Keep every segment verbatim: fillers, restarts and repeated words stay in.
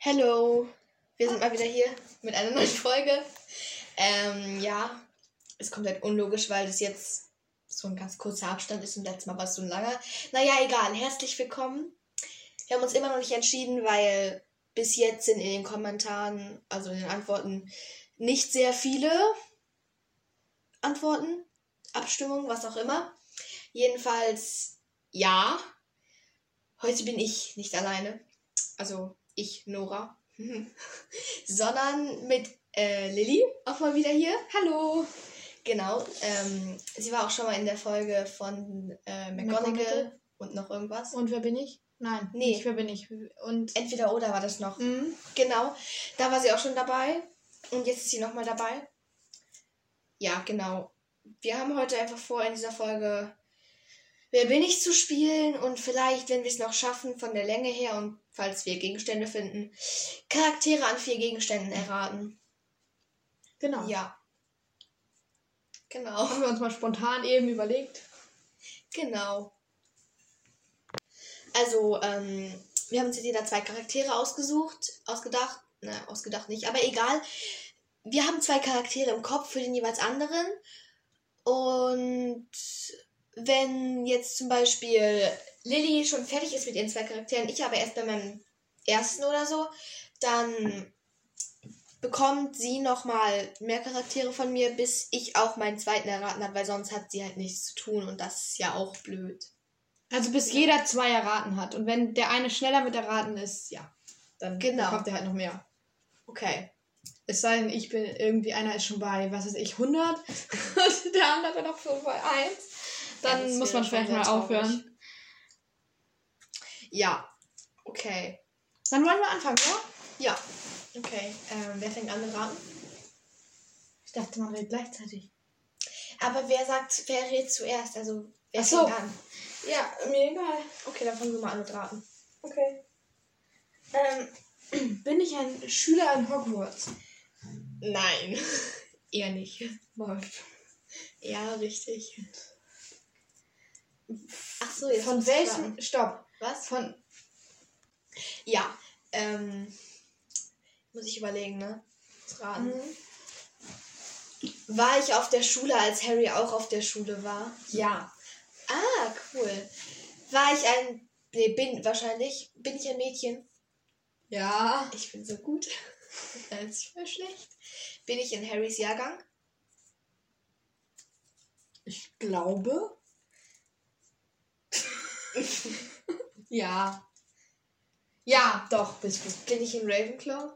Hello, wir sind mal wieder hier mit einer neuen Folge. Ähm, ja, ist komplett unlogisch, weil das jetzt so ein ganz kurzer Abstand ist und letztes Mal war es so ein langer. Naja, egal, herzlich willkommen. Wir haben uns immer noch nicht entschieden, weil bis jetzt sind in den Kommentaren, also in den Antworten, nicht sehr viele Antworten, Abstimmungen, was auch immer. Jedenfalls, ja, heute bin ich nicht alleine. Also ich, Nora, sondern mit äh, Lilly auch mal wieder hier. Hallo! Genau, ähm, sie war auch schon mal in der Folge von äh, McGonagall, McGonagall und noch irgendwas. Und wer bin ich? Nein, nee. nicht wer bin ich. Und Entweder oder war das noch. Mhm. Genau, da war sie auch schon dabei und jetzt ist sie nochmal dabei. Ja, genau. Wir haben heute einfach vor, in dieser Folge Wer bin ich zu spielen und vielleicht, wenn wir es noch schaffen, von der Länge her und falls wir Gegenstände finden, Charaktere an vier Gegenständen erraten. Genau. Ja. Genau. Haben wir uns mal spontan eben überlegt. Genau. Also, ähm, wir haben uns jetzt jeder zwei Charaktere ausgesucht, ausgedacht, ne, ausgedacht nicht, aber egal. Wir haben zwei Charaktere im Kopf für den jeweils anderen und wenn jetzt zum Beispiel Lilly schon fertig ist mit ihren zwei Charakteren, ich aber erst bei meinem ersten oder so, dann bekommt sie nochmal mehr Charaktere von mir, bis ich auch meinen zweiten erraten habe, weil sonst hat sie halt nichts zu tun und das ist ja auch blöd. Also bis ja. jeder zwei erraten hat und wenn der eine schneller mit erraten ist, ja, dann genau. bekommt er halt noch mehr. Okay. Es sei denn, ich bin irgendwie, einer ist schon bei, was weiß ich, hundert und der andere noch so bei eins. Dann ja, muss man vielleicht mal aufhören. Ja, okay. Dann wollen wir anfangen, ja? Ja. Okay. Ähm, wer fängt an mit Raten? Ich dachte, man redet gleichzeitig. Aber wer sagt, wer redet zuerst? Also, wer Ach so. fängt an? Ja, mir egal. Okay, dann fangen wir mal an mit Raten. Okay. Ähm, bin ich ein Schüler in Hogwarts? Nein. Eher nicht. Läuft. Ja, richtig. Ach so, jetzt von welchem... Stopp. Was? Von... Ja, ähm... Muss ich überlegen, ne? Das Raten. Mhm. War ich auf der Schule, als Harry auch auf der Schule war? Ja. Ah, cool. War ich ein... Nee, bin wahrscheinlich. Bin ich ein Mädchen? Ja. Ich bin so gut. Das ist voll schlecht. Bin ich in Harrys Jahrgang? Ich glaube... ja. Ja, doch, bist du. Bin ich in Ravenclaw?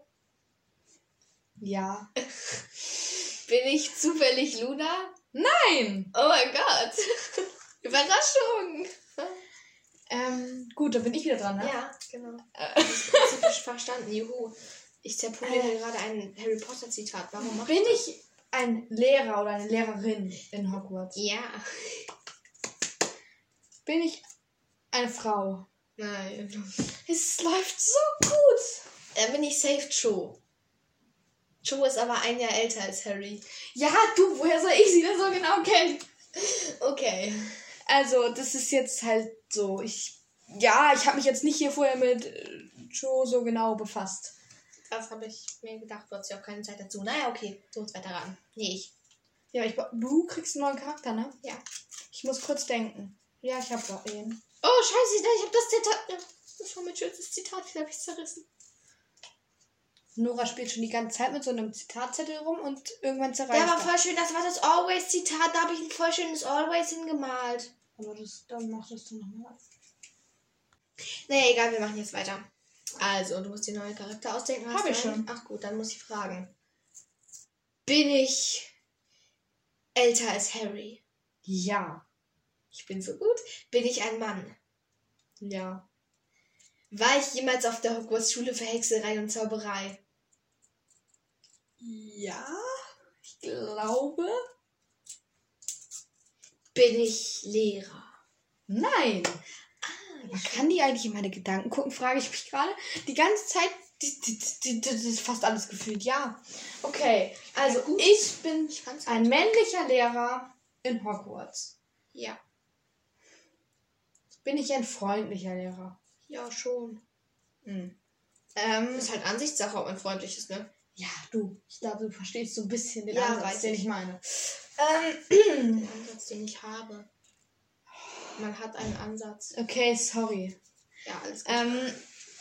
Ja. Bin ich zufällig Luna? Nein! Oh mein Gott. Überraschung. Ähm, gut, dann bin ich wieder dran, ne? Ja, genau. Äh. Das ist spezifisch verstanden, juhu. Ich zerpulvere äh. gerade ein Harry Potter Zitat. Warum machst Bin du das? ich ein Lehrer oder eine Lehrerin in Hogwarts? Ja. Bin ich eine Frau? Nein. Es läuft so gut. Dann bin ich safe Cho. Cho ist aber ein Jahr älter als Harry. Ja, du, woher soll ich sie denn so genau kennen? Okay. Also, das ist jetzt halt so, ich, ja, ich habe mich jetzt nicht hier vorher mit äh, Cho so genau befasst. Das habe ich mir gedacht, du hast ja auch keine Zeit dazu. Naja, okay, du musst weiter ran. Nee, ich. Ja, ich, du kriegst einen neuen Charakter, ne? Ja. Ich muss kurz denken. Ja, ich habe gerade ihn. Oh, scheiße, ich habe das Zitat, das war mein schönstes Zitat, wie habe ich zerrissen. Nora spielt schon die ganze Zeit mit so einem Zitatzettel rum und irgendwann zerreißt er. Der war voll schön, das war das Always-Zitat, da habe ich ein voll schönes Always hingemalt. Aber das, dann mach das dann nochmal. Naja, egal, wir machen jetzt weiter. Also, du musst dir neue Charakter ausdenken. Habe ich schon. Ach gut, dann muss ich fragen. Bin ich älter als Harry? Ja. Ich bin so gut. Bin ich ein Mann? Ja. War ich jemals auf der Hogwarts-Schule für Hexerei und Zauberei? Ja, ich glaube. Bin ich Lehrer? Nein. Ah, man kann die eigentlich in meine Gedanken gucken, frage ich mich gerade. Die ganze Zeit, die, die, die, das ist fast alles gefühlt, ja. Okay, also ja, ich bin ich ein männlicher Lehrer in Hogwarts. Ja. Bin ich ein freundlicher Lehrer? Ja, schon. Hm. Ähm, Ist halt Ansichtssache, ob man freundlich ist, ne? ja, du, ich glaube, du verstehst so ein bisschen den Ja, Ansatz, weiß den ich. ich meine. Den Ansatz, den ich habe. Man hat einen Ansatz. Okay, sorry. Ja, alles gut. Ähm,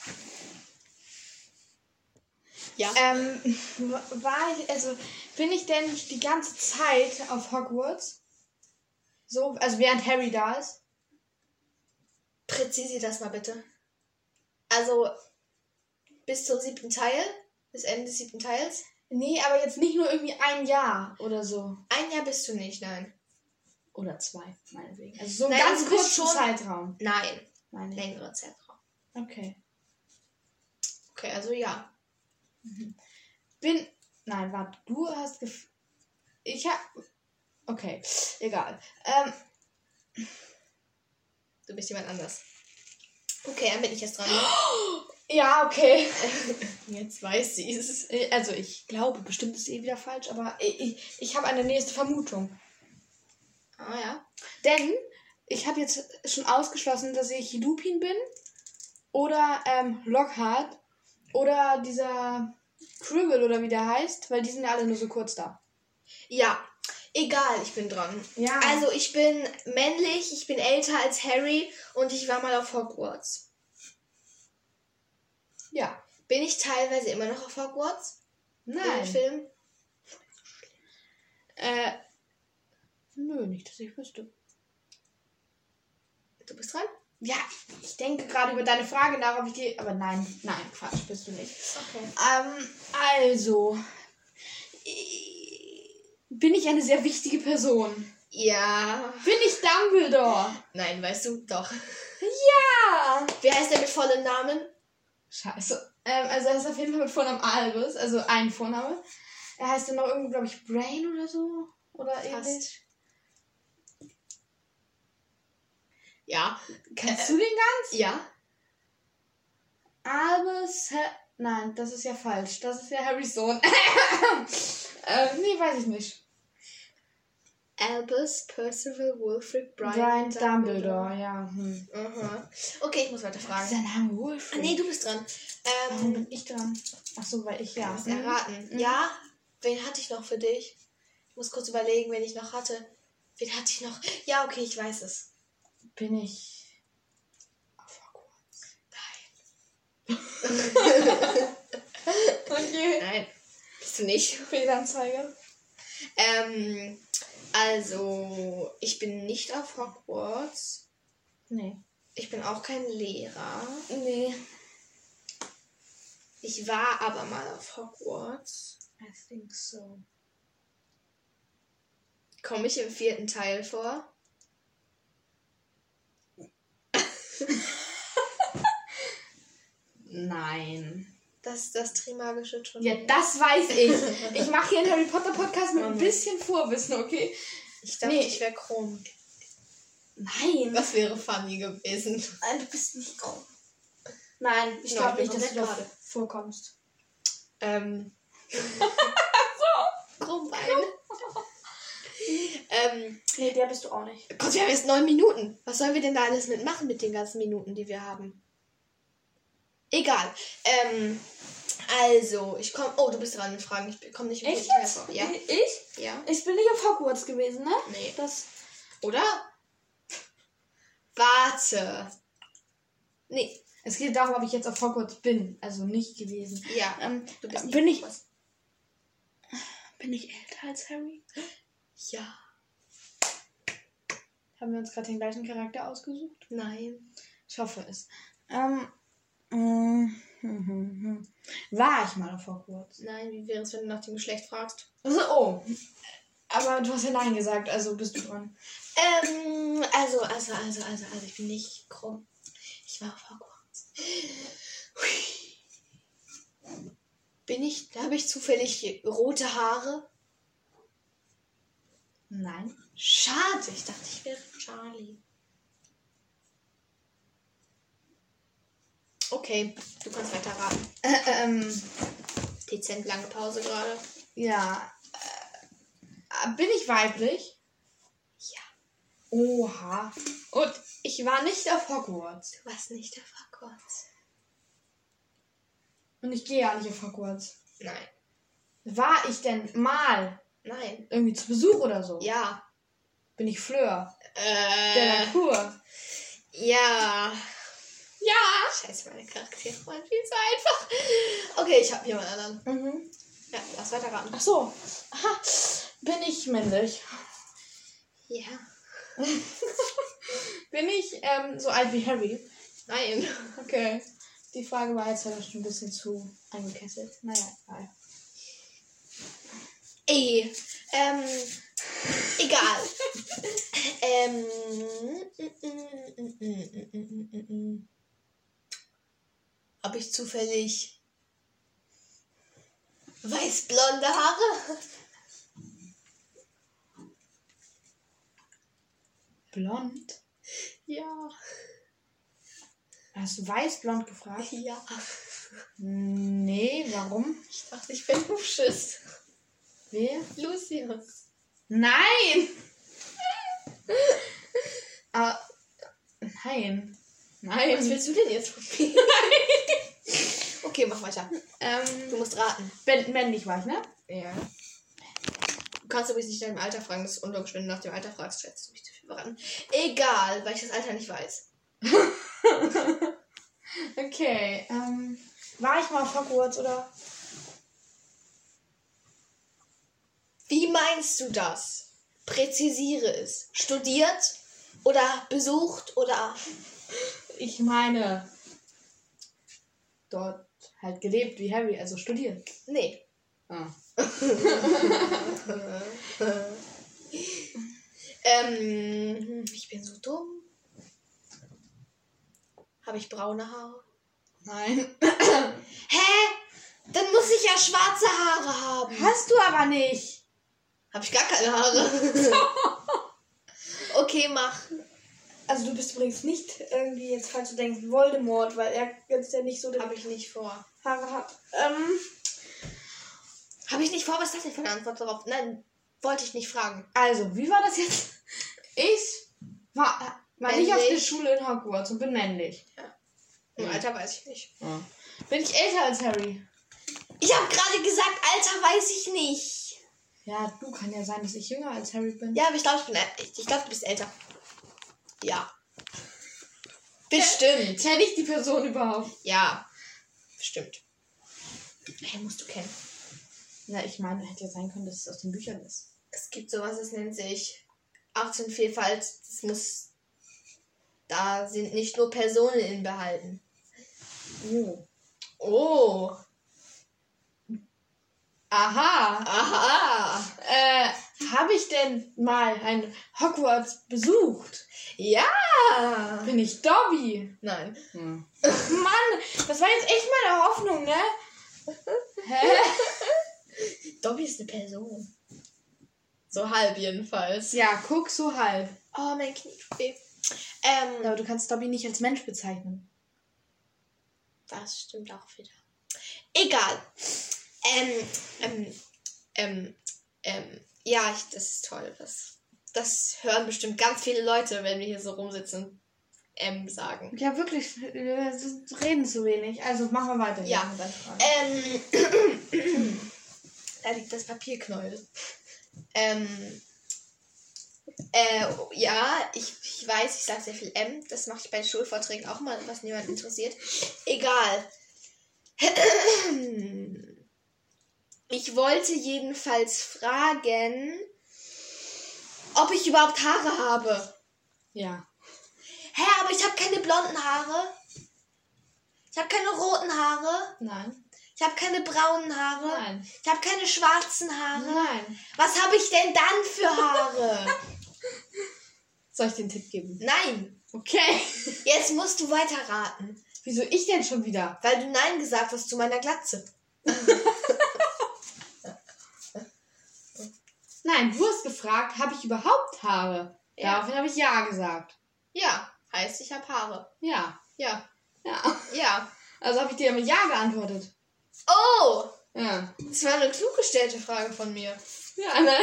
ja. ähm, war ich, also, bin ich denn die ganze Zeit auf Hogwarts? So, also während Harry da ist? Präzisier das mal bitte. Also, bis zum siebten Teil? Bis Ende des siebten Teils? Nee, aber jetzt nicht nur irgendwie ein Jahr oder so. Ein Jahr bist du nicht, nein. Oder zwei, meinetwegen. Also so ein Nein, ganz du bist kurzen schon- Zeitraum. Nein. Meine ich. Längere Zeitraum. Okay. Okay, also ja. Bin. Nein, warte, du hast gef. Ich hab. Okay, egal. Ähm, Du bist jemand anders. Okay, dann bin ich jetzt dran. ja, okay. Jetzt weiß sie es. Also ich glaube, bestimmt ist eh wieder falsch, aber ich, ich, ich habe eine nächste Vermutung. Ah ja. Denn ich habe jetzt schon ausgeschlossen, dass ich Lupin bin oder ähm, Lockhart oder dieser Quirrell oder wie der heißt, weil die sind ja alle nur so kurz da. Ja, egal, ich bin dran. Ja. Also ich bin männlich, ich bin älter als Harry und ich war mal auf Hogwarts. Ja. Bin ich teilweise immer noch auf Hogwarts? In den Nein. Film? Äh, nö, nicht, dass ich wüsste. Du bist dran? Ja, ich denke gerade über deine Frage nach, ob ich die... Aber nein, nein, Quatsch, bist du nicht. Okay. Ähm, also... Bin ich eine sehr wichtige Person? Ja. Bin ich Dumbledore? Nein, weißt du, doch. Ja! Wie heißt der mit vollem Namen? Scheiße. Ähm, also er ist auf jeden Fall mit Vornamen Albus, also ein Vorname. Er heißt dann noch irgendwie, glaube ich, Brain oder so. Oder Fast. ähnlich. Ja. Kennst Äh, du den ganz? Ja. Albus, ha nein, das ist ja falsch. Das ist ja Harrys Sohn. ähm, nee, weiß ich nicht. Albus Percival Wulfric Brian, Brian Dumbledore, ja. Hm. Aha. Okay, ich muss weiter Was ist fragen. sein Name? Ah, Wolfric? nee, du bist dran. Warum Ähm, bin ich dran? Ach so, weil ich ja. Du musst Hm. erraten. Mhm. Ja? Wen hatte ich noch für dich? Ich muss kurz überlegen, wen ich noch hatte. Wen hatte ich noch? Ja, okay, ich weiß es. Bin ich auf Hogwarts? Nein. Okay. Nein. Bist du nicht? Fehlanzeige. Ähm, also, ich bin nicht auf Hogwarts. Nee. Ich bin auch kein Lehrer. Nee. Ich war aber mal auf Hogwarts. I think so. Komme ich im vierten Teil vor? Nein. Das ist das Trimagische Turnier. Ja, das weiß ich. Ich mache hier einen Harry Potter Podcast mit ein Mhm. bisschen Vorwissen, okay? Ich dachte, Nee. ich wäre krumm. Nein. Das wäre funny gewesen. Nein, du bist nicht krumm. Nein, ich Ja, glaube ich nicht, bin dass du komplett da gerade. vorkommst. Ähm. Krummbein. ähm, Nee, der bist du auch nicht. Gott, wir haben jetzt neun Minuten. Was sollen wir denn da alles mitmachen mit den ganzen Minuten, die wir haben? Egal. Ähm, also, ich komme. Oh, du bist dran mit Fragen. Ich komme nicht im Echt vierten Teil jetzt? vor. Ja. Ich? Ja. Ich bin nicht auf Hogwarts gewesen, ne? Nee. Das. Oder? Warte. Nee. Es geht darum, ob ich jetzt auf Hogwarts bin. Also nicht gewesen. Ja. Ähm, Du bist nicht bin ich. was. Bin ich älter als Harry? Ja. Haben wir uns gerade den gleichen Charakter ausgesucht? Nein. Ich hoffe es. Ähm. mm, hm, hm, hm. War ich mal auf Hogwarts? Nein, wie wäre es, wenn du nach dem Geschlecht fragst? Also, oh. Aber du hast ja Nein gesagt, also bist du dran. Ähm, also, also, also, also, also, ich bin nicht krumm. Ich war auf Hogwarts. Hui. Bin ich, da habe ich zufällig rote Haare? Nein. Schade, ich dachte, ich wäre Charlie. Okay, du kannst weiter raten. Äh, ähm. Dezent lange Pause gerade. Ja. Äh, bin ich weiblich? Ja. Oha. Und ich war nicht auf Hogwarts. Du warst nicht auf Hogwarts. Und ich gehe ja nicht auf Hogwarts. Nein. War ich denn mal Nein. irgendwie zu Besuch oder so? Ja. Bin ich Fleur? Äh. Delacour? Ja. Ja! Scheiße, meine Charaktere waren viel zu einfach. Okay, ich habe hier mal einen anderen. Mhm. Ja, lass weiter raten. Ach so. Aha. Bin ich männlich? Ja. Bin ich ähm, so alt wie Harry? Nein. Okay. Die Frage war jetzt halt schon ein bisschen zu eingekesselt. Naja, egal. Ey. Ähm. Egal. ähm. Habe ich zufällig weiß-blonde Haare? Blond? Ja. Hast du weiß-blond gefragt? Ja. Nee, warum? Ich dachte, ich bin Lucius. Wer? Lucius. Nein! ah, nein. Nein. Was willst du denn jetzt von mir? Okay, mach weiter. Ähm, Du musst raten. ben, männlich war ich, ne? Ja. Du kannst übrigens nicht deinem Alter fragen, das ist unlogisch, wenn du nach dem Alter fragst, schätzt du mich zu viel verraten. Egal, weil ich das Alter nicht weiß. Okay, ähm, war ich mal auf Hogwarts oder? Wie meinst du das? Präzisiere es. Studiert oder besucht oder... Ich meine, dort halt gelebt wie Harry, also studiert. Nee. Ah. ähm, ich bin so dumm. Habe ich braune Haare? Nein. Hä? Dann muss ich ja schwarze Haare haben. Hast du aber nicht. Habe ich gar keine Haare. Okay, mach. Also du bist übrigens nicht irgendwie, jetzt falls du denkst, Voldemort, weil er jetzt ja nicht so Habe ich nicht vor. Haare hat. Ähm, Habe ich nicht vor? Was ist das denn für eine Antwort darauf? Nein, wollte ich nicht fragen. also, wie war das jetzt? Ich war, war nicht auf der Männlich. Schule in Hogwarts und bin männlich. Im Mhm. Alter weiß ich nicht. Ja. Bin ich älter als Harry? Ich habe gerade gesagt, Alter weiß ich nicht. Ja, du, kann ja sein, dass ich jünger als Harry bin. Ja, aber ich glaube, ich bin äl- ich, ich glaube, du bist älter. Ja. Bestimmt. Kenne ich die Person überhaupt? Ja. Bestimmt. Hey, musst du kennen. Na, ich meine, hätte ja sein können, dass es aus den Büchern ist. Es gibt sowas, das nennt sich Artenvielfalt. Das muss. Da sind nicht nur Personen in behalten. Oh. Oh. Aha. Aha. Äh, habe ich denn mal ein Hogwarts besucht? Ja. Bin ich Dobby? Nein. Hm. Ach Mann, das war jetzt echt meine Hoffnung, ne? Hä? Dobby ist eine Person. So halb jedenfalls. Ja, guck so halb. Oh, mein Knie tut weh. Ähm, Aber du kannst Dobby nicht als Mensch bezeichnen. das stimmt auch wieder. Egal. Ähm, ähm, ähm, ähm, ja, ich, das ist toll. Das, das hören bestimmt ganz viele Leute, wenn wir hier so rumsitzen und ähm sagen. Ja, wirklich, wir reden zu wenig. Also machen wir weiter. Ja. Mit deinen Fragen. Ähm, da liegt das Papierknäuel. Ähm, äh, ja, ich, ich weiß, ich sage sehr viel M. Das mache ich bei Schulvorträgen auch mal, was niemand interessiert. Egal. Ich wollte jedenfalls fragen, ob ich überhaupt Haare habe. Ja. Hä, aber ich habe keine blonden Haare. Ich habe keine roten Haare. Nein. Ich habe keine braunen Haare. Nein. Ich habe keine schwarzen Haare. Nein. Was habe ich denn dann für Haare? Soll ich den Tipp geben? Nein. Okay. Jetzt musst du weiter raten. Wieso ich denn schon wieder? Weil du Nein gesagt hast zu meiner Glatze. Nein, du hast gefragt, habe ich überhaupt Haare? Ja. Daraufhin habe ich Ja gesagt. Ja, heißt ich habe Haare. Ja. Ja. Ja. Ja. Also habe ich dir mit Ja geantwortet. Oh, Ja. das war eine klug gestellte Frage von mir. Ja, ne?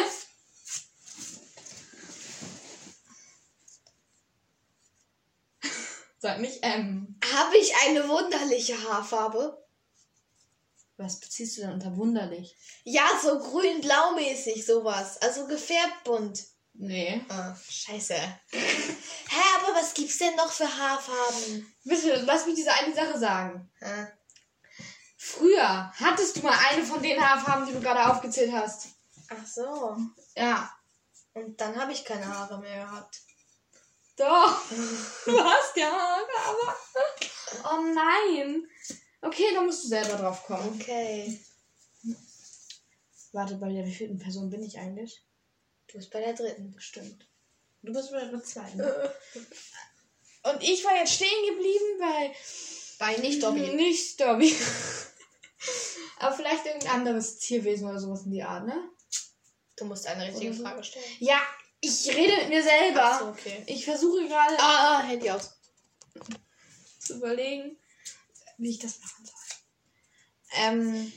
Sag nicht M. Habe ich eine wunderliche Haarfarbe? Was beziehst du denn unter wunderlich? Ja, so grün-blau-mäßig, sowas. Also gefärbt bunt. Nee. Ah, scheiße. Hä, aber was gibt's denn noch für Haarfarben? Bitte, lass mich diese eine Sache sagen. Hä? Früher hattest du mal eine von den Haarfarben, die du gerade aufgezählt hast. Ach so. Ja. Und dann habe ich keine Haare mehr gehabt. Doch. Du hast ja Haare, aber... Oh nein. Okay, dann musst du selber drauf kommen. Okay. Warte, bei der wievielten Person bin ich eigentlich? Du bist bei der dritten. Stimmt. Du bist bei der zweiten. Und ich war jetzt stehen geblieben bei... Bei nicht Dobby. Nicht Dobby. Aber vielleicht irgendein anderes Tierwesen oder sowas in die Art, ne? Du musst eine richtige Oder so. Frage stellen. Ja, ich rede mit mir selber. Ach so, okay. Ich versuche gerade Ah, ah, Handy aus. zu überlegen, wie ich das machen soll. Ähm,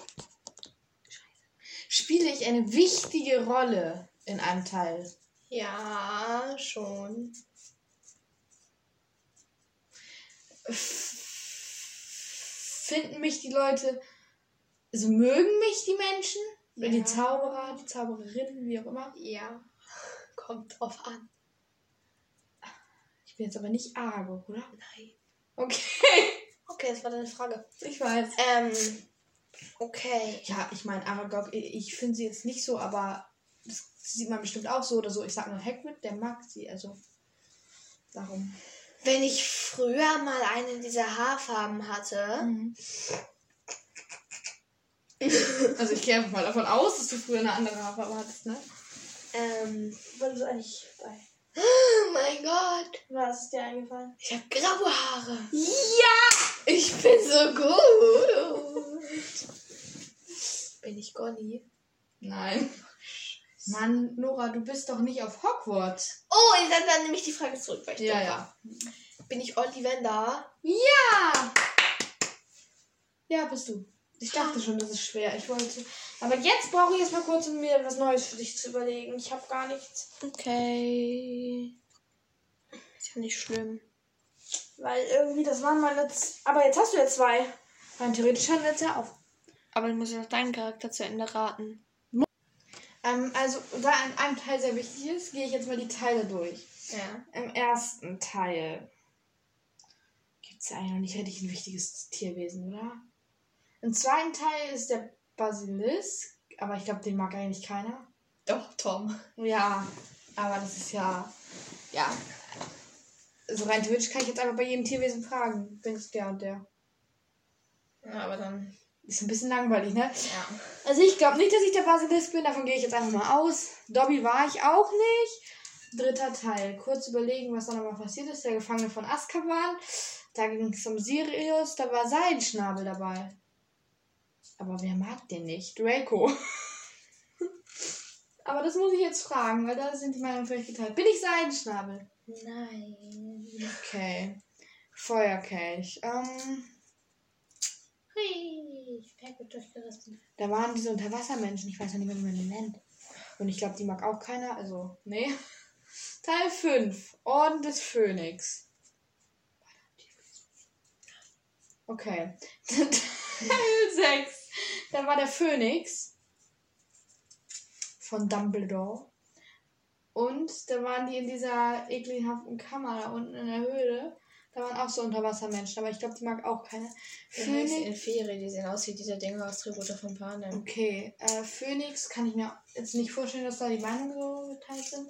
spiele ich eine wichtige Rolle in einem Teil? Ja, schon. Finden mich die Leute, also mögen mich die Menschen? Oder Ja. die Zauberer, die Zauberinnen, wie auch immer? Ja. Kommt drauf an. Ich bin jetzt aber nicht arge, oder? Nein. Okay. Okay, das war deine Frage. Ich weiß. Ähm, okay. Ja, ich meine, Aragog, ich finde sie jetzt nicht so, aber das sieht man bestimmt auch so oder so. Ich sag nur Hagrid, der mag sie, also darum. Wenn ich früher mal eine dieser Haarfarben hatte, Mhm. Also ich gehe einfach mal davon aus, dass du früher eine andere Haarfarbe hattest, ne? ähm, Was ist eigentlich bei? oh mein Gott, Was ist dir eingefallen? ich habe graue Haare. Ja! Ich bin so gut. Bin ich Golli? Nein. Mann, Nora, du bist doch nicht auf Hogwarts. Oh, dann, dann nehme ich die Frage zurück, weil ich Ja, dumm ja. war. Bin ich Ollivander? Ja! Ja, bist du. Ich dachte schon, das ist schwer. Ich wollte. Aber jetzt brauche ich erst mal kurz, um mir etwas Neues für dich zu überlegen. Ich habe gar nichts. Okay. Ist ja nicht schlimm. Weil irgendwie, das waren meine. Z- Aber jetzt hast du ja zwei. Rein theoretisch hören wir jetzt ja auf. Aber du musst ja noch deinen Charakter zu Ende raten. Ähm, also, da in einem Teil sehr wichtig ist, gehe ich jetzt mal die Teile durch. Ja. Im ersten Teil gibt es ja eigentlich noch nicht richtig ein wichtiges Tierwesen, oder? Im zweiten Teil ist der Basilisk, aber ich glaube, den mag eigentlich keiner. Doch, Tom. Ja, aber das ist ja, ja, so rein theoretisch kann ich jetzt einfach bei jedem Tierwesen fragen, bin es der und der. Ja, aber dann. Ist ein bisschen langweilig, ne? Ja. Also ich glaube nicht, dass ich der Basilisk bin, davon gehe ich jetzt einfach mal aus. Dobby war ich auch nicht. Dritter Teil, kurz überlegen, was da nochmal passiert ist. Der Gefangene von Azkaban, da ging es um Sirius, da war Seidenschnabel dabei. Aber wer mag den nicht? Draco. Aber das muss ich jetzt fragen, weil da sind die Meinungen völlig geteilt. Bin ich Seidenschnabel? Nein. Okay. Feuerkelch. Ähm, Hui, ich merke durchgerissen. da waren diese Unterwassermenschen. Ich weiß ja nicht mehr, wie man die nennt. Und ich glaube, die mag auch keiner. Also, nee. Teil fünf. Orden des Phönix. Okay. Teil sechs. Da war der Phönix von Dumbledore. Und da waren die in dieser ekelhaften Kammer da unten in der Höhle. Da waren auch so Unterwassermenschen, aber ich glaube, die mag auch keiner. Phönix in Ferie, die sehen aus wie diese Dinger aus Tribute von Panem. Okay, äh, Phönix kann ich mir jetzt nicht vorstellen, dass da die Meinungen so geteilt sind.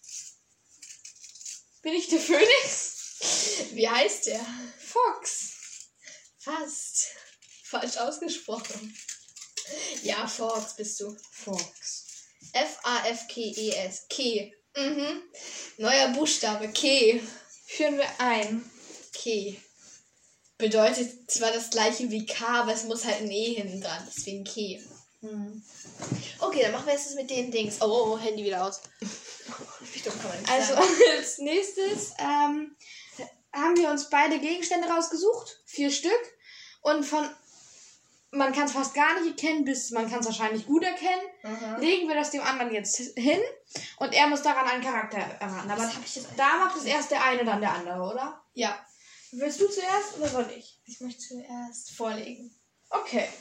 Bin ich der Phönix? Wie heißt der? Fox. Fast. Falsch ausgesprochen. Ja, Fox bist du. Fox. F A F K E S. K. Mhm. Neuer Buchstabe. K. Führen wir ein. K. Bedeutet zwar das gleiche wie K, aber es muss halt ein E hinten dran. Deswegen K. Hm. Okay, dann machen wir jetzt das mit den Dings. Oh, oh, oh, Handy wieder aus. Wie dumm kann man nicht Also sein. als nächstes ähm, haben wir uns beide Gegenstände rausgesucht. Vier Stück. Und von, man kann es fast gar nicht erkennen, bis man kann es wahrscheinlich gut erkennen. Mhm. Legen wir das dem anderen jetzt hin. Und er muss daran einen Charakter erraten. Aber Was hab ich jetzt da macht es erst der eine, dann der andere, oder? Ja. Willst du zuerst oder soll ich? Ich möchte zuerst vorlegen. Okay.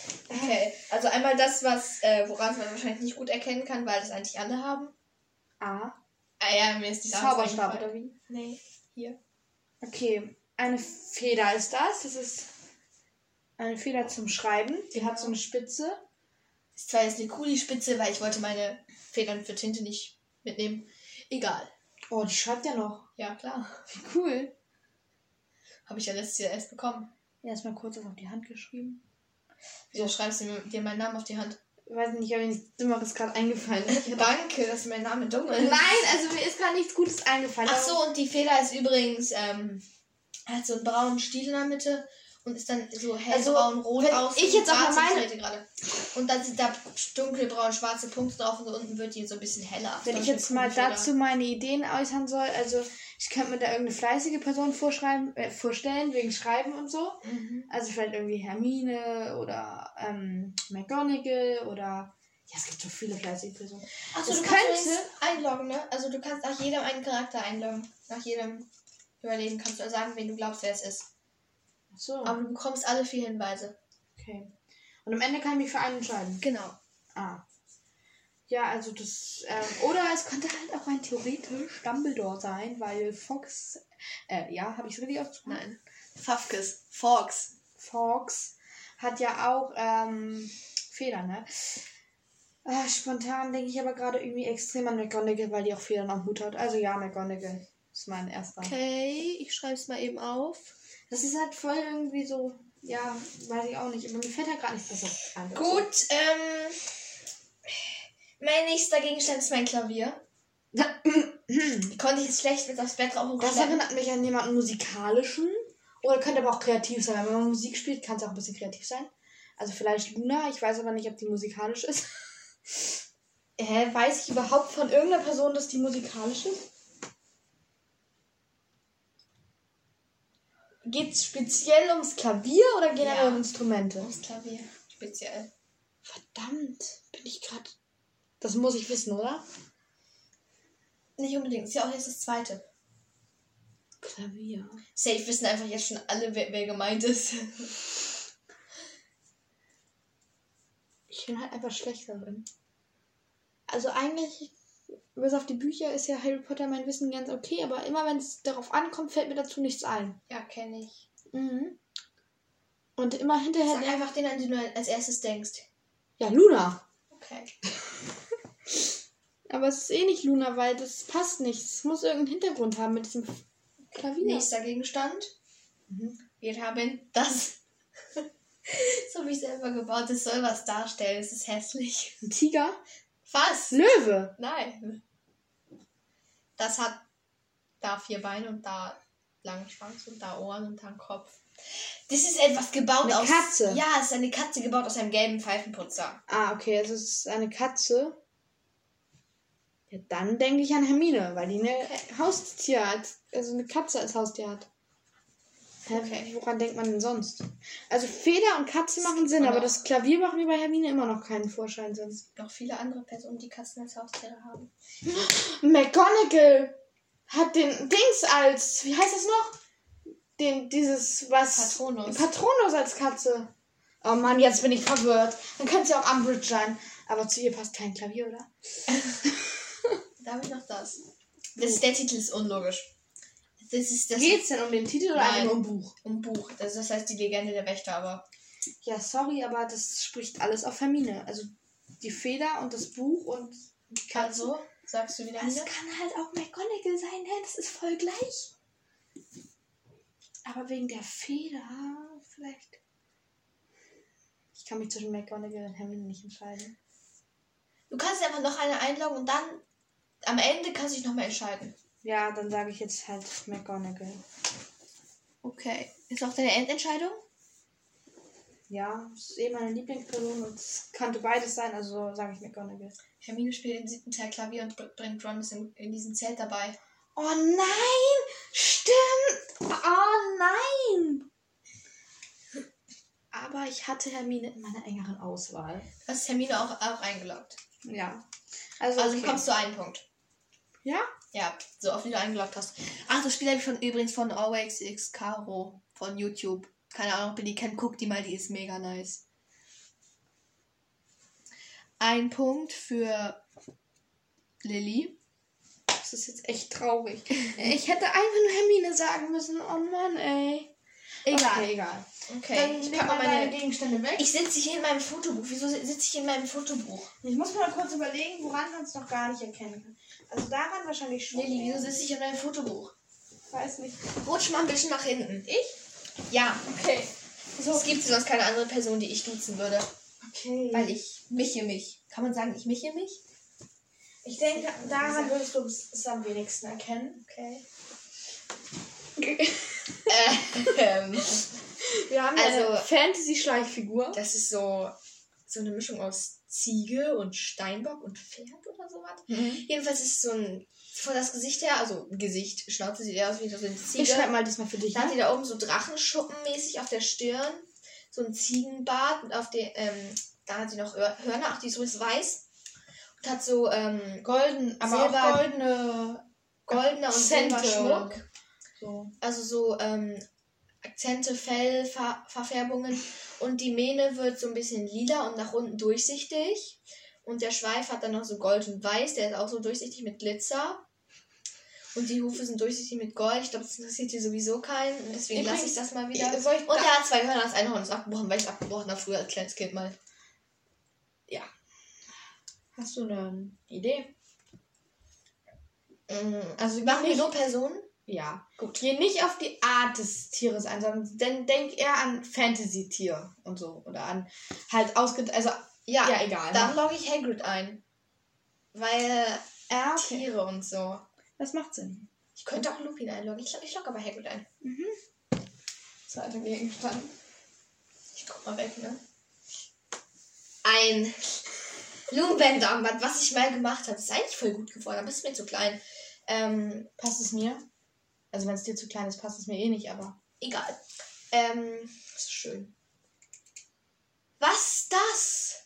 Okay, also einmal das, was äh, woran man wahrscheinlich nicht gut erkennen kann, weil das eigentlich alle haben. A. Ah ja, mir ist die Zauberstab oder wie? Nee, hier. Okay, eine Feder ist das. Das ist eine Feder zum Schreiben. Die Genau. hat so eine Spitze. Ist zwar jetzt eine coole Spitze, weil ich wollte meine Federn für Tinte nicht mitnehmen. Egal. Oh, die schreibt ja noch. Ja, klar. Wie cool. Habe ich ja letztes Jahr erst bekommen. Erstmal kurz was auf die Hand geschrieben. Wieso schreibst du mir, dir meinen Namen auf die Hand? Ich weiß nicht, ob mir nichts Dummeres gerade eingefallen ist. Danke, dass mein Name dumm ist. Nein, also mir ist gerade nichts Gutes eingefallen. Ach so, und die Feder ist übrigens, ähm, hat so einen braunen Stiel in der Mitte und ist dann so hellbraun-rot wenn aus. ich jetzt auch mal meine- Seite gerade. Und dann sind da dunkelbraun schwarze Punkte drauf und unten wird die so ein bisschen heller. Wenn Das ich ist jetzt eine mal coole Feder. dazu meine Ideen äußern soll, also ich könnte mir da irgendeine fleißige Person vorschreiben, äh, vorstellen, wegen Schreiben und so. Mhm. Also vielleicht irgendwie Hermine oder ähm, McGonagall oder... Ja, es gibt so viele fleißige Personen. Achso, Das du kannst könnte- übrigens einloggen, ne? Also du kannst nach jedem einen Charakter einloggen. Nach jedem Überleben kannst du sagen, wen du glaubst, wer es ist. Ach so, Aber du bekommst alle vier Hinweise. okay. Und am Ende kann ich mich für einen entscheiden. Genau. Ah. Ja, also das... Ähm, oder es könnte halt auch rein theoretisch Dumbledore sein, weil Fox... Äh, ja, habe ich es richtig ausgesprochen? Nein. Fafkes. Fox. Fox hat ja auch ähm, Federn, ne? Ah, spontan denke ich aber gerade irgendwie extrem an McGonagall, weil die auch Federn am Hut hat. Also ja, McGonagall ist mein erster. Okay, ich schreibe es mal eben auf. Das ist halt voll irgendwie so, ja, weiß ich auch nicht, aber mir fällt halt gerade nichts Besseres ein. Gut, ähm... mein nächster Gegenstand ist mein Klavier. Die konnte ich jetzt schlecht mit aufs Bett drauf Das hochschleppen. erinnert mich an jemanden musikalischen. Oder könnte aber auch kreativ sein. Wenn man Musik spielt, kann es auch ein bisschen kreativ sein. Also vielleicht Luna, ich weiß aber nicht, ob die musikalisch ist. Hä, weiß ich überhaupt von irgendeiner Person, dass die musikalisch ist? Geht es speziell ums Klavier oder generell Ja. um Instrumente? Das Klavier, speziell. Verdammt, bin ich gerade... Das muss ich wissen, oder? Nicht unbedingt, ist ja auch jetzt das zweite. Klavier. Safe wissen einfach jetzt schon alle, wer, wer gemeint ist. Ich bin halt einfach schlecht darin. Also eigentlich, bis auf die Bücher, ist ja Harry Potter mein Wissen ganz okay, aber immer wenn es darauf ankommt, fällt mir dazu nichts ein. Ja, kenne ich. Mhm. Und immer hinterher... Sag einfach den, an den du als erstes denkst. Ja, Luna. Okay. Aber es ist eh nicht Luna, weil das passt nicht. Es muss irgendeinen Hintergrund haben mit diesem Klavier. Nächster Gegenstand. Mhm. Wir haben das. So habe ich selber gebaut. Das soll was darstellen. Es ist hässlich. Ein Tiger? Was? Löwe. Nein. Das hat da vier Beine und da langen Schwanz und da Ohren und da einen Kopf. Das ist etwas gebaut Eine aus... Katze. Ja, es ist eine Katze gebaut aus einem gelben Pfeifenputzer. Ah, okay, es ist eine Katze. Ja, dann denke ich an Hermine, weil die eine Haustier hat. Also eine Katze als Haustier hat. Hä, Okay. woran denkt man denn sonst? Also Feder und Katze machen Sinn, man aber auch. das Klavier macht mir bei Hermine immer noch keinen Vorschein-Sinn. Noch viele andere Personen, die Katzen als Haustiere haben. McGonagall hat den Dings als, wie heißt das noch? Den, dieses, was... Patronus. Patronus als Katze. Oh Mann, jetzt bin ich verwirrt. Dann könnte es ja auch Umbridge sein. Aber zu ihr passt kein Klavier, oder? Da habe ich noch das. das. Der Titel ist unlogisch. Das ist das Geht's denn um den Titel oder Nein. einfach nur um Buch? um Buch. Das, das heißt die Legende der Wächter, aber Ja, sorry, aber das spricht alles auf Hermine. Also die Feder und das Buch und die Katze. also sagst du wieder Das Hermine? kann halt auch McGonagall sein, hä? Das ist voll gleich. Aber wegen der Feder vielleicht. Ich kann mich zwischen McGonagall und Hermine nicht entscheiden. Du kannst einfach noch eine einloggen und dann am Ende kannst du dich nochmal entscheiden. Ja, dann sage ich jetzt halt McGonagall. Okay. Ist auch deine Endentscheidung? Ja, das ist eh meine Lieblingsperson und es könnte beides sein, also sage ich McGonagall. Hermine spielt den siebten Teil Klavier und br- bringt Ron in, in diesem Zelt dabei. Oh nein! Stimmt! Oh nein! Aber ich hatte Hermine in meiner engeren Auswahl. Du hast Hermine auch, auch eingeloggt. Ja. Also, Also okay. kommst du einen Punkt. Ja? Ja, so oft wie du eingeloggt hast. Ach, das Spiel habe ich von, übrigens von Always X Caro von YouTube. Keine Ahnung, ob ihr die kennt. Guckt die mal, die ist mega nice. ein Punkt für Lilly. Das ist jetzt echt traurig. Ich hätte einfach nur Hermine sagen müssen. Oh Mann, ey. Egal. Okay, egal. Okay, Dann ich leg packe mal meine deine Gegenstände weg. Ich sitze hier in meinem Fotobuch. Wieso sitze ich in meinem Fotobuch? Ich muss mal kurz überlegen, woran man es noch gar nicht erkennen kann. Also daran wahrscheinlich schon. Lilly, wieso sitze ich in meinem Fotobuch? Weiß nicht. Rutsch mal ein bisschen nach hinten. Ich? Ja. Okay. So. Es gibt sonst keine andere Person, die ich duzen würde. Okay. Weil ich miche mich. Kann man sagen, ich miche mich? Ich denke, daran würdest du es am wenigsten erkennen. Okay. ähm, Wir haben also, eine Fantasy-Schleichfigur. Das ist so, so eine Mischung aus Ziege und Steinbock und Pferd oder sowas. Mhm. Jedenfalls ist es so ein, von das Gesicht her, also Gesicht, Schnauze sieht eher aus wie so eine Ziege. Ich schreib mal diesmal für dich. Dann Ne? hat die da oben so Drachenschuppenmäßig auf der Stirn. So ein Ziegenbart. Und auf der, ähm, da hat sie noch Hörner. Ach, die ist übrigens weiß. Und hat so, ähm, golden, aber Silber, auch goldene, goldener und Akzente. Silberschmuck. So. Also so, ähm, Akzente, Fellverfärbungen. Und die Mähne wird so ein bisschen lila und nach unten durchsichtig. Und der Schweif hat dann noch so Gold und Weiß. Der ist auch so durchsichtig mit Glitzer. Und die Hufe sind durchsichtig mit Gold. Ich glaube, das interessiert hier sowieso keinen. Und deswegen lasse ich das mal wieder. Soll ich und da- er hat zwei Hörner. Das Einhorn ist abgebrochen, weil ich es abgebrochen habe früher als kleines Kind mal. Ja. Hast du eine Idee? Mhm. Also Machen wir nicht- nur Personen? Ja. Gut. Geh nicht auf die Art des Tieres ein, sondern dann denk eher an Fantasy-Tier und so. Oder an halt ausge... Also, Ja, ja egal. Dann logge ich Hagrid ein. Weil Ja, okay. Tiere und so. Das macht Sinn. Ich könnte auch Lupin einloggen. Ich, ich logge aber Hagrid ein. Zweiter Gegenstand. Ich guck mal weg, ne? Ein Lumenbänderarmband, was ich mal gemacht habe. Das ist eigentlich voll gut geworden, aber es ist mir zu klein. Ähm, Passt es mir? Also wenn es dir zu klein ist, passt es mir eh nicht, aber... egal. Ähm, das ist schön. Was ist das?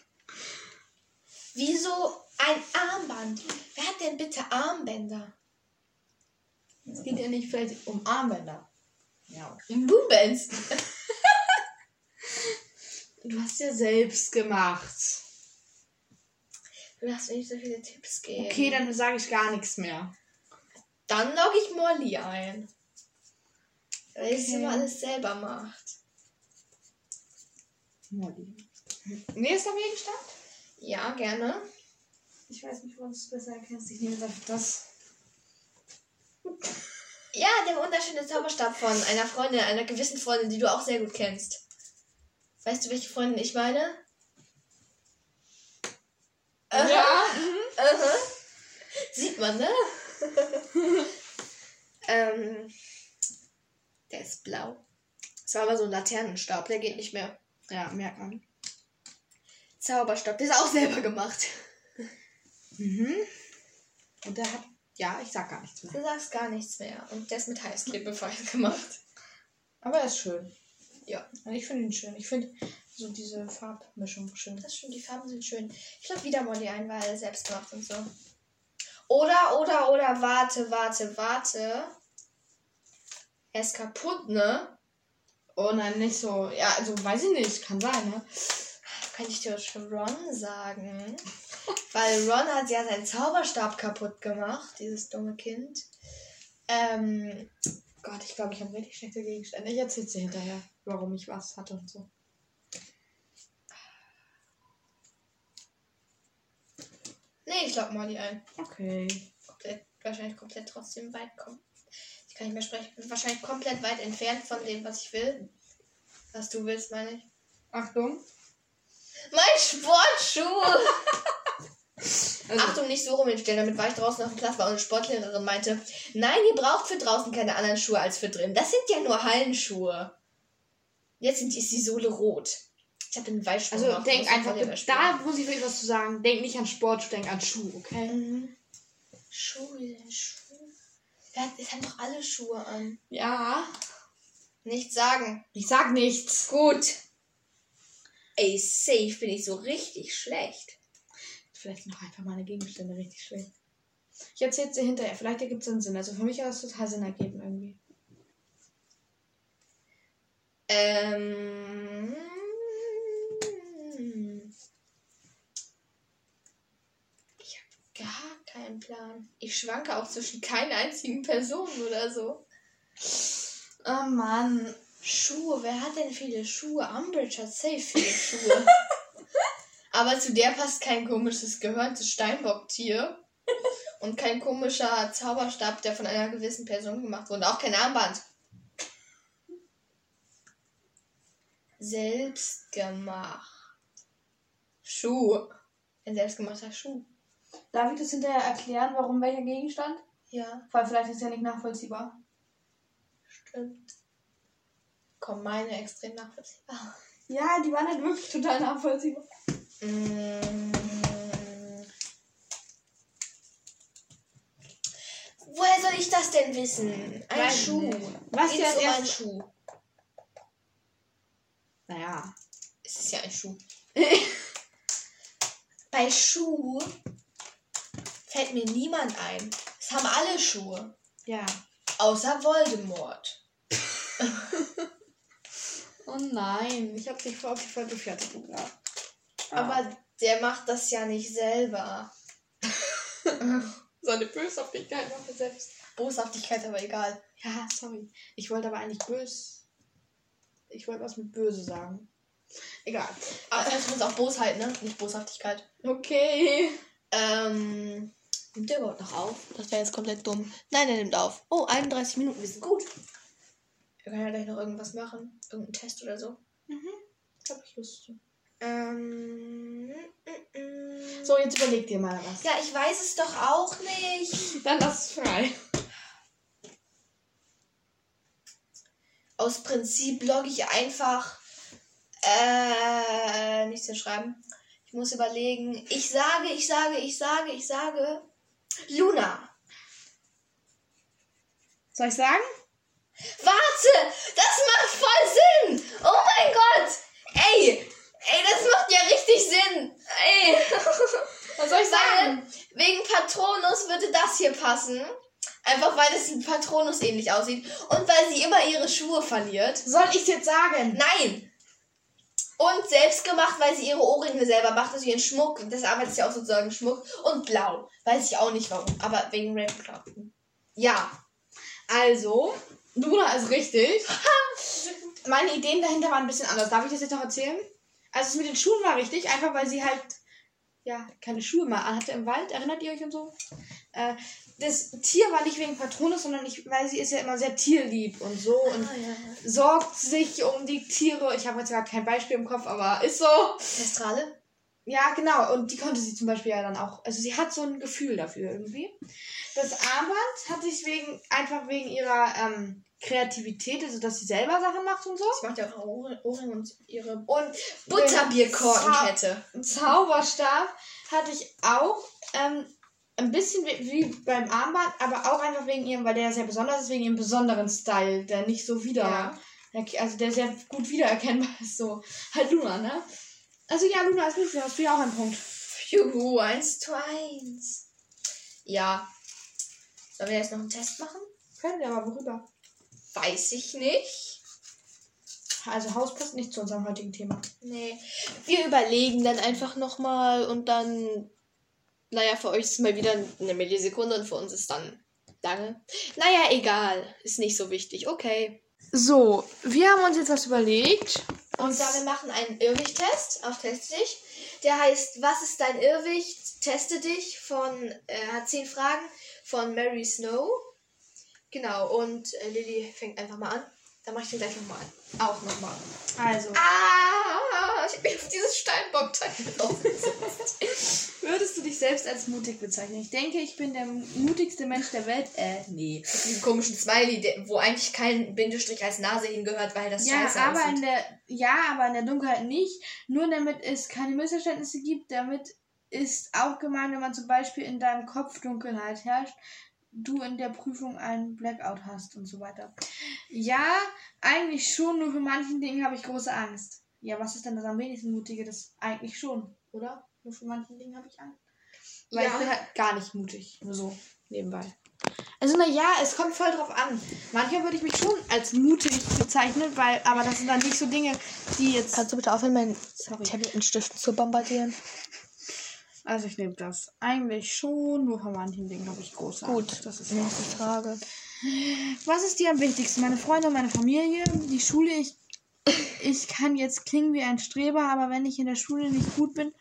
Wieso ein Armband? Wer hat denn bitte Armbänder? Es geht ja nicht vielleicht um Armbänder. Ja. Lumenbands. Du hast ja selbst gemacht. Du darfst mir nicht so viele Tipps geben. Okay, dann sage ich gar nichts mehr. Dann logge ich Molly ein. Weil sie Okay. immer alles selber macht. Molly. Nächster Gegenstand? Ja, gerne. Ich weiß nicht, wo du es besser erkennst. Ich nehme jetzt einfach das. Ja, der wunderschöne Zauberstab von einer Freundin, einer gewissen Freundin, die du auch sehr gut kennst. Weißt du, welche Freundin ich meine? Aha. Ja. Aha. Sieht man, ne? ähm, der ist blau. Das war aber so ein Laternenstab, der geht nicht mehr. Ja, merkt man. Zauberstab, der ist auch selber gemacht. Mhm. Und der hat... Ja, ich sag gar nichts mehr. Du sagst gar nichts mehr. Und der ist mit Heißklebefeuer gemacht. Aber er ist schön. Ja. Und ich finde ihn schön. Ich finde so diese Farbmischung schön. Das stimmt, die Farben sind schön. Ich glaube wieder Molly ein, weil er selbst gemacht und so. Oder, oder, oder, warte, warte, warte. Er ist kaputt, ne? Oh nein, nicht so. Ja, also weiß ich nicht. Kann sein, ne? Kann ich dir schon Ron sagen? Weil Ron hat ja seinen Zauberstab kaputt gemacht, dieses dumme Kind. Ähm, Gott, ich glaube, ich habe richtig schlechte Gegenstände. Ich erzähl's dir hinterher, warum ich was hatte und so. nee, ich log Molly ein. Okay. Komplett, wahrscheinlich komplett trotzdem weit kommen. Ich kann nicht mehr sprechen. Bin wahrscheinlich komplett weit entfernt von dem, was ich will. Was du willst, meine ich. Achtung. Mein Sportschuh! Also, Achtung, nicht so rumstellen. Damit war ich draußen auf dem Platz, weil unsere Sportlehrerin meinte, nein, ihr braucht für draußen keine anderen Schuhe als für drin. Das sind ja nur Hallenschuhe. Jetzt sind, ist die Sohle rot. Ich habe den Weißschuh also gemacht, denk muss einfach, Volleyball da muss ich wirklich was zu sagen. Denk nicht an Sport, denk an Schuh, okay? Mhm. Schuhe, Schuhe. Ja, es haben doch alle Schuhe an. Ja. Nichts sagen. Ich sag nichts. Gut. Ey, safe bin ich so richtig schlecht. Vielleicht noch einfach meine Gegenstände richtig schlecht. Ich erzähl's dir hinterher. Vielleicht ergibt es einen Sinn. Also für mich hat es total Sinn ergeben irgendwie. Ähm. Plan. Ich schwanke auch zwischen keiner einzigen Person oder so. Oh Mann. Schuhe, wer hat denn viele Schuhe? Umbridge hat safe viele Schuhe. Aber zu der passt kein komisches gehörntes Steinbocktier. Und kein komischer Zauberstab, der von einer gewissen Person gemacht wurde. Auch kein Armband. Selbstgemacht. Schuh. Ein selbstgemachter Schuh. Darf ich das hinterher erklären, warum welcher Gegenstand? Ja. Weil vielleicht ist ja nicht nachvollziehbar. Stimmt. Komm, meine extrem nachvollziehbar. Ja, die waren halt wirklich total nachvollziehbar. Mmh. Woher soll ich das denn wissen? Ein Weiß Schuh. nicht. Was Geht's ja als um einen erstes- Schuh? Naja. Es ist ja ein Schuh. Bei Schuh fällt mir niemand ein. Es haben alle Schuhe. Ja. Außer Voldemort. Oh nein, ich hab dich voll auf die falsche Fährte gebracht. Aber der macht das ja nicht selber. Seine Böshaftigkeit macht er selbst. Boshaftigkeit, aber egal. Ja, sorry. Ich wollte aber eigentlich bös. Ich wollte was mit böse sagen. Egal. Aber das heißt übrigens auch Bosheit, ne? Nicht Boshaftigkeit. Okay. Ähm, nimmt der überhaupt noch auf? Das wäre jetzt komplett dumm. Nein, der nimmt auf. Oh, einunddreißig Minuten, wir sind gut. Wir können ja gleich noch irgendwas machen. Irgendeinen Test oder so. Mhm. Hab ich Lust zu. Ähm, mm, mm. So, jetzt überleg dir mal was. Ja, ich weiß es doch auch nicht. Dann lass es frei. Aus Prinzip logge ich einfach äh, nichts zu schreiben. Ich muss überlegen. Ich sage, ich sage, ich sage, ich sage Luna. Soll ich sagen? Warte, das macht voll Sinn. Oh mein Gott. Ey, ey, das macht ja richtig Sinn. Ey. Was soll ich sagen? Weil wegen Patronus würde das hier passen. Einfach weil es Patronus ähnlich aussieht. Und weil sie immer ihre Schuhe verliert. Soll ich jetzt sagen? Nein. Und selbst gemacht, weil sie ihre Ohrringe selber macht, also ihren Schmuck. Das Arbeit ist ja auch sozusagen Schmuck. Und blau. Weiß ich auch nicht warum. Aber wegen Ravenclaw. Ja. Also, Luna ist richtig. Meine Ideen dahinter waren ein bisschen anders. Darf ich das jetzt noch erzählen? Also, es mit den Schuhen war richtig, einfach weil sie halt, ja, keine Schuhe mehr anhatte im Wald. Erinnert ihr euch und so? Äh, das Tier war nicht wegen Patronus, sondern ich, weil sie ist ja immer sehr tierlieb und so und Ah, ja. sorgt sich um die Tiere. Ich habe jetzt gerade kein Beispiel im Kopf, aber ist so. Testrale? Ja, genau. Und die konnte sie zum Beispiel ja dann auch. Also sie hat so ein Gefühl dafür irgendwie. Das Armband hat sich wegen einfach wegen ihrer ähm, Kreativität, also dass sie selber Sachen macht und so. Sie macht ja auch ihre Ohrringe und ihre Und Butterbierkorkenkette. den Zauberstab hatte ich auch ähm, ein bisschen wie, wie beim Armband, aber auch einfach wegen ihrem, weil der sehr besonders ist, wegen ihrem besonderen Style, der nicht so wieder, Ja. also der sehr gut wiedererkennbar ist, so halt Luna, ne? Also ja, Luna ist nicht, hast du ja auch einen Punkt. Juhu, eins zu eins. Ja. Sollen wir jetzt noch einen Test machen? Können wir, aber worüber? Weiß ich nicht. Also Haus passt nicht zu unserem heutigen Thema. Nee. Wir überlegen dann einfach nochmal und dann, naja, für euch ist es mal wieder eine Millisekunde und für uns ist dann lange. Naja, egal. Ist nicht so wichtig. Okay. So, wir haben uns jetzt was überlegt. Und zwar, wir machen einen Irrwicht-Test auf Teste dich. Der heißt, was ist dein Irrwicht? Teste dich von, äh, hat zehn Fragen von Mary Snow. Genau, und äh, Lilly fängt einfach mal an. Dann mache ich den gleich nochmal an. Auch nochmal. Also, Ah, ich bin auf dieses Steinbock-Teil draufgesetzt. würdest du dich selbst als mutig bezeichnen? Ich denke, ich bin der mutigste Mensch der Welt. Äh, nee. Diesen komischen Smiley, der, wo eigentlich kein Bindestrich als Nase hingehört, weil das Ja, scheiße aber aussieht. in der, ja, aber in der Dunkelheit nicht. Nur damit es keine Missverständnisse gibt. Damit ist auch gemeint, wenn man zum Beispiel in deinem Kopf Dunkelheit herrscht, du in der Prüfung einen Blackout hast und so weiter. Ja, eigentlich schon, nur für manchen Dingen habe ich große Angst. Ja, was ist denn das am wenigsten Mutige? Das eigentlich schon, oder? Nur für manchen Dingen habe ich Angst. Weil Ja. ich bin halt gar nicht mutig. Nur so, nebenbei. Also na ja, es kommt voll drauf an. Manchmal würde ich mich schon als mutig bezeichnen, weil, aber das sind dann nicht so Dinge, die jetzt... Kannst du bitte aufhören, meinen Sorry. Tablet mit Stiften zu bombardieren? Also ich nehme das. Eigentlich schon, nur von manchen Dingen habe ich große Angst. Gut, Das ist nächste Frage. Was ist dir am wichtigsten? Meine Freunde und meine Familie? Die Schule, ich, ich kann jetzt klingen wie ein Streber, aber wenn ich in der Schule nicht gut bin,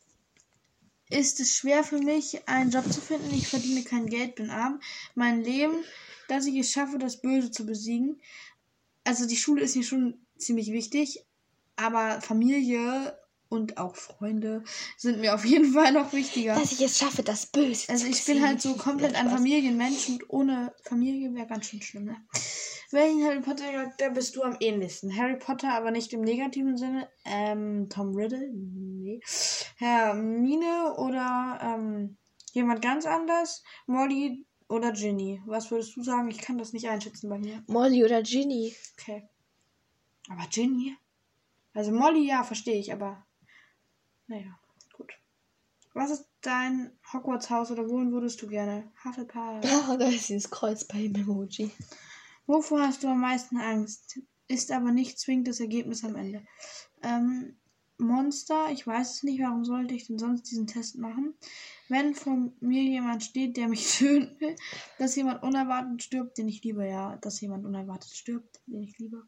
ist es schwer für mich, einen Job zu finden. Ich verdiene kein Geld, bin arm. Mein Leben, dass ich es schaffe, das Böse zu besiegen. Also die Schule ist mir schon ziemlich wichtig, aber Familie und auch Freunde sind mir auf jeden Fall noch wichtiger. Dass ich es schaffe, das Böse Also zu ich bin halt so besiegen. komplett Ja, ein Spaß. Familienmensch und ohne Familie wäre ganz schön schlimm, ne? Welchen Harry Potter Charakter bist du am ähnlichsten? Harry Potter, aber nicht im negativen Sinne. Ähm, Tom Riddle? Nee. Hermine oder ähm, jemand ganz anders? Molly oder Ginny? Was würdest du sagen? Ich kann das nicht einschätzen bei mir. Molly oder Ginny? Okay. Aber Ginny? Also Molly, ja, verstehe ich, aber naja, gut. Was ist dein Hogwarts-Haus oder wohin würdest du gerne? Hufflepuff. Ja, da ist dieses Kreuz bei dem Emoji. Wovor hast du am meisten Angst? Ist aber nicht zwingend das Ergebnis am Ende. Ähm, Monster, ich weiß es nicht, warum sollte ich denn sonst diesen Test machen? Wenn vor mir jemand steht, der mich töten will, dass jemand unerwartet stirbt, den ich liebe, ja, dass jemand unerwartet stirbt, den ich liebe.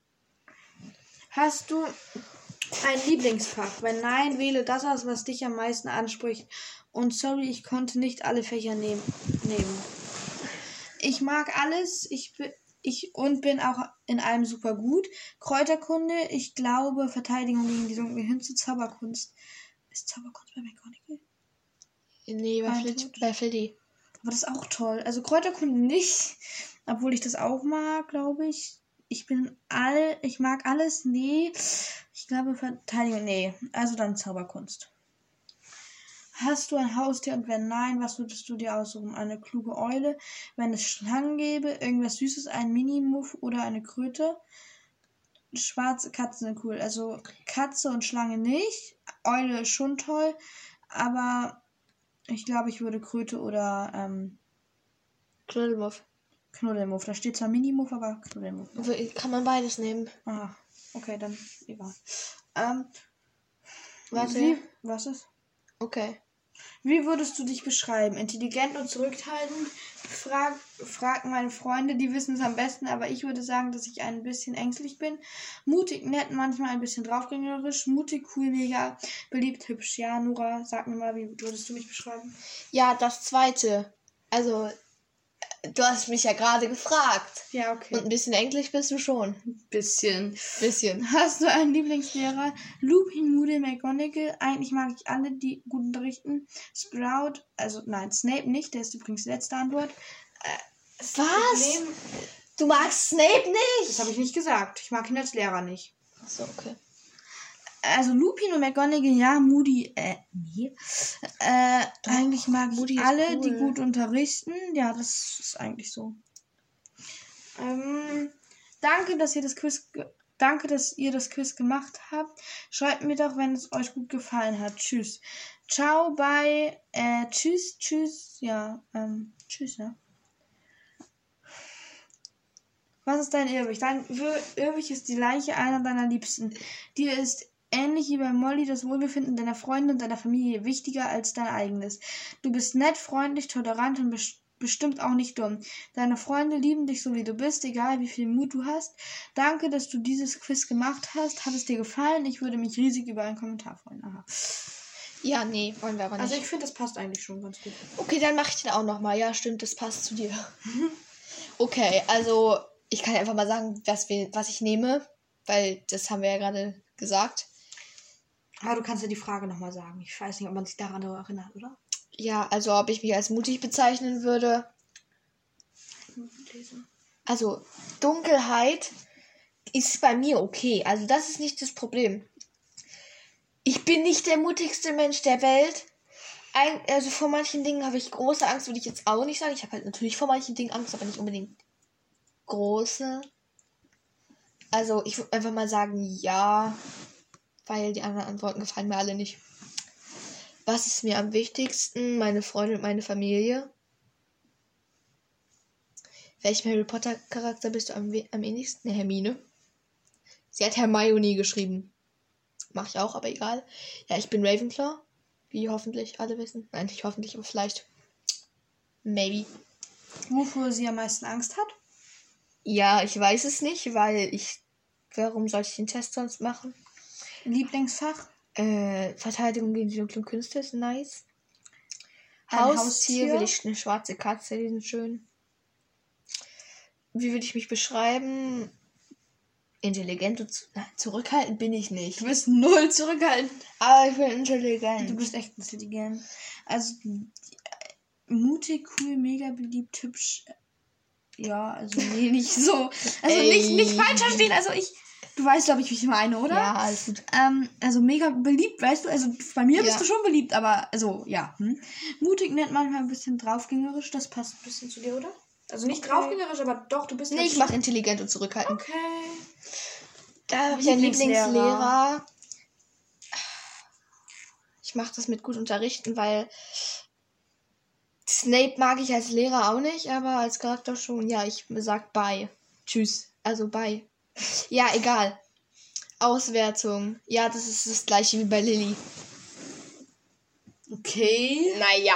Hast du ein Lieblingsfach? Wenn nein, wähle das aus, was dich am meisten anspricht. Und sorry, ich konnte nicht alle Fächer nehmen. nehmen. Ich mag alles. Ich bin ich und bin auch in allem super gut. Kräuterkunde, ich glaube, Verteidigung gegen die dunkle Hinze, Zauberkunst. Ist Zauberkunst bei McGonagall? Nee, bei, Flit, bei Flitty. Aber das ist auch toll. Also Kräuterkunde nicht, obwohl ich das auch mag, glaube ich. Ich bin all, ich mag alles, nee. Ich glaube Verteidigung, nee. Also dann Zauberkunst. Hast du ein Haustier und wenn nein, was würdest du dir aussuchen? Eine kluge Eule, wenn es Schlangen gäbe, irgendwas Süßes, ein Mini-Muff oder eine Kröte? Schwarze Katzen sind cool. Also Katze und Schlange nicht. Eule ist schon toll, aber ich glaube, ich würde Kröte oder ähm, Knuddelmuff. Knuddelmuff. Da steht zwar Mini-Muff, aber Knuddelmuff. Kann man beides nehmen. Ah, okay, dann egal. Ähm, Warte. Wie, was ist? Okay. Wie würdest du dich beschreiben? Intelligent und zurückhaltend? Frag, frag meine Freunde, die wissen es am besten, aber ich würde sagen, dass ich ein bisschen ängstlich bin. Mutig, nett, manchmal ein bisschen draufgängerisch. Mutig, cool, mega, beliebt, hübsch. Ja, Nora, sag mir mal, wie würdest du mich beschreiben? Ja, das zweite. Also, du hast mich ja gerade gefragt. Ja, okay. Und ein bisschen ängstlich bist du schon. Bisschen. Bisschen. Hast du einen Lieblingslehrer? Lupin, Moody, McGonagall. Eigentlich mag ich alle, die gut unterrichten. Sprout, also nein, Snape nicht. Der ist übrigens die letzte Antwort. Äh, Was? Problem, Du magst Snape nicht? das habe ich nicht gesagt. Ich mag ihn als Lehrer nicht. Achso, okay. Also Lupin und McGonagall, ja, Moody, äh, nee. Äh, Doch, eigentlich mag Moody ich ist alle, cool. die gut unterrichten. Ja, das ist eigentlich so. Ähm, danke, dass ihr das Quiz, ge- danke, dass ihr das Quiz gemacht habt. Schreibt mir doch, wenn es euch gut gefallen hat. Tschüss. Ciao, bye. Äh, tschüss, tschüss. Ja, ähm, tschüss, ne? Was ist dein Irrwig? Dein Wir- Irrwig ist die Leiche einer deiner Liebsten. Dir ist ähnlich wie bei Molly das Wohlbefinden deiner Freunde und deiner Familie wichtiger als dein eigenes. Du bist nett, freundlich, tolerant und bes- bestimmt auch nicht dumm. Deine Freunde lieben dich so wie du bist, egal wie viel Mut du hast. Danke, dass du dieses Quiz gemacht hast. Hat es dir gefallen? Ich würde mich riesig über einen Kommentar freuen. Aha. Ja, nee, wollen wir aber nicht. Also ich finde, das passt eigentlich schon ganz gut. Okay, dann mache ich den auch nochmal. Ja, stimmt, das passt zu dir. Okay, also ich kann einfach mal sagen, was, wir, was ich nehme, weil das haben wir ja gerade gesagt. Aber du kannst ja die Frage nochmal sagen. Ich weiß nicht, ob man sich daran noch erinnert, oder? Ja, also ob ich mich als mutig bezeichnen würde. Lesen. Also Dunkelheit ist bei mir okay. Also das ist nicht das Problem. Ich bin nicht der mutigste Mensch der Welt. Ein, also vor manchen Dingen habe ich große Angst, würde ich jetzt auch nicht sagen. Ich habe halt natürlich vor manchen Dingen Angst, aber nicht unbedingt große. Also ich würde einfach mal sagen, ja, weil die anderen Antworten gefallen mir alle nicht. Was ist mir am wichtigsten? Meine Freunde und meine Familie. Welchem Harry Potter Charakter bist du am, we- am ähnlichsten? Ne, Hermine. Sie hat Hermione geschrieben. Mach ich auch, aber egal. Ja, ich bin Ravenclaw. Wie hoffentlich alle wissen. Nein, nicht hoffentlich, aber vielleicht. Maybe. Wofür sie am meisten Angst hat? Ja, ich weiß es nicht, weil ich... Warum sollte ich den Test sonst machen? Lieblingsfach? Äh, Verteidigung gegen die dunklen Künste ist nice. Ein Haustier, Haustier? will ich eine schwarze Katze, die sind schön. Wie würde ich mich beschreiben? Intelligent und zu, na, zurückhaltend bin ich nicht. Du bist null zurückhaltend. Aber ich bin intelligent. Du bist echt intelligent. Also mutig, cool, mega beliebt, hübsch. Ja, also nee, nicht so. Also Ey. nicht, nicht falsch verstehen. Also ich, du weißt, glaube ich, wie ich meine, oder? Ja, alles gut. Ähm, also mega beliebt, weißt du? Also bei mir Ja. bist du schon beliebt, aber also ja. Hm? Mutig nennt manchmal ein bisschen draufgängerisch. Das passt ein bisschen zu dir, oder? Also nicht Okay. draufgängerisch, aber doch, du bist Nee, halt ich mache intelligent und zurückhaltend. Okay. Da habe ich einen Lieblingslehrer. Lieblingslehrer. Ich mache das mit gut unterrichten, weil Snape mag ich als Lehrer auch nicht, aber als Charakter schon. Ja, ich sag bye. Tschüss. Also bye. Ja, egal. Auswertung. Ja, das ist das gleiche wie bei Lilly. Okay. Naja.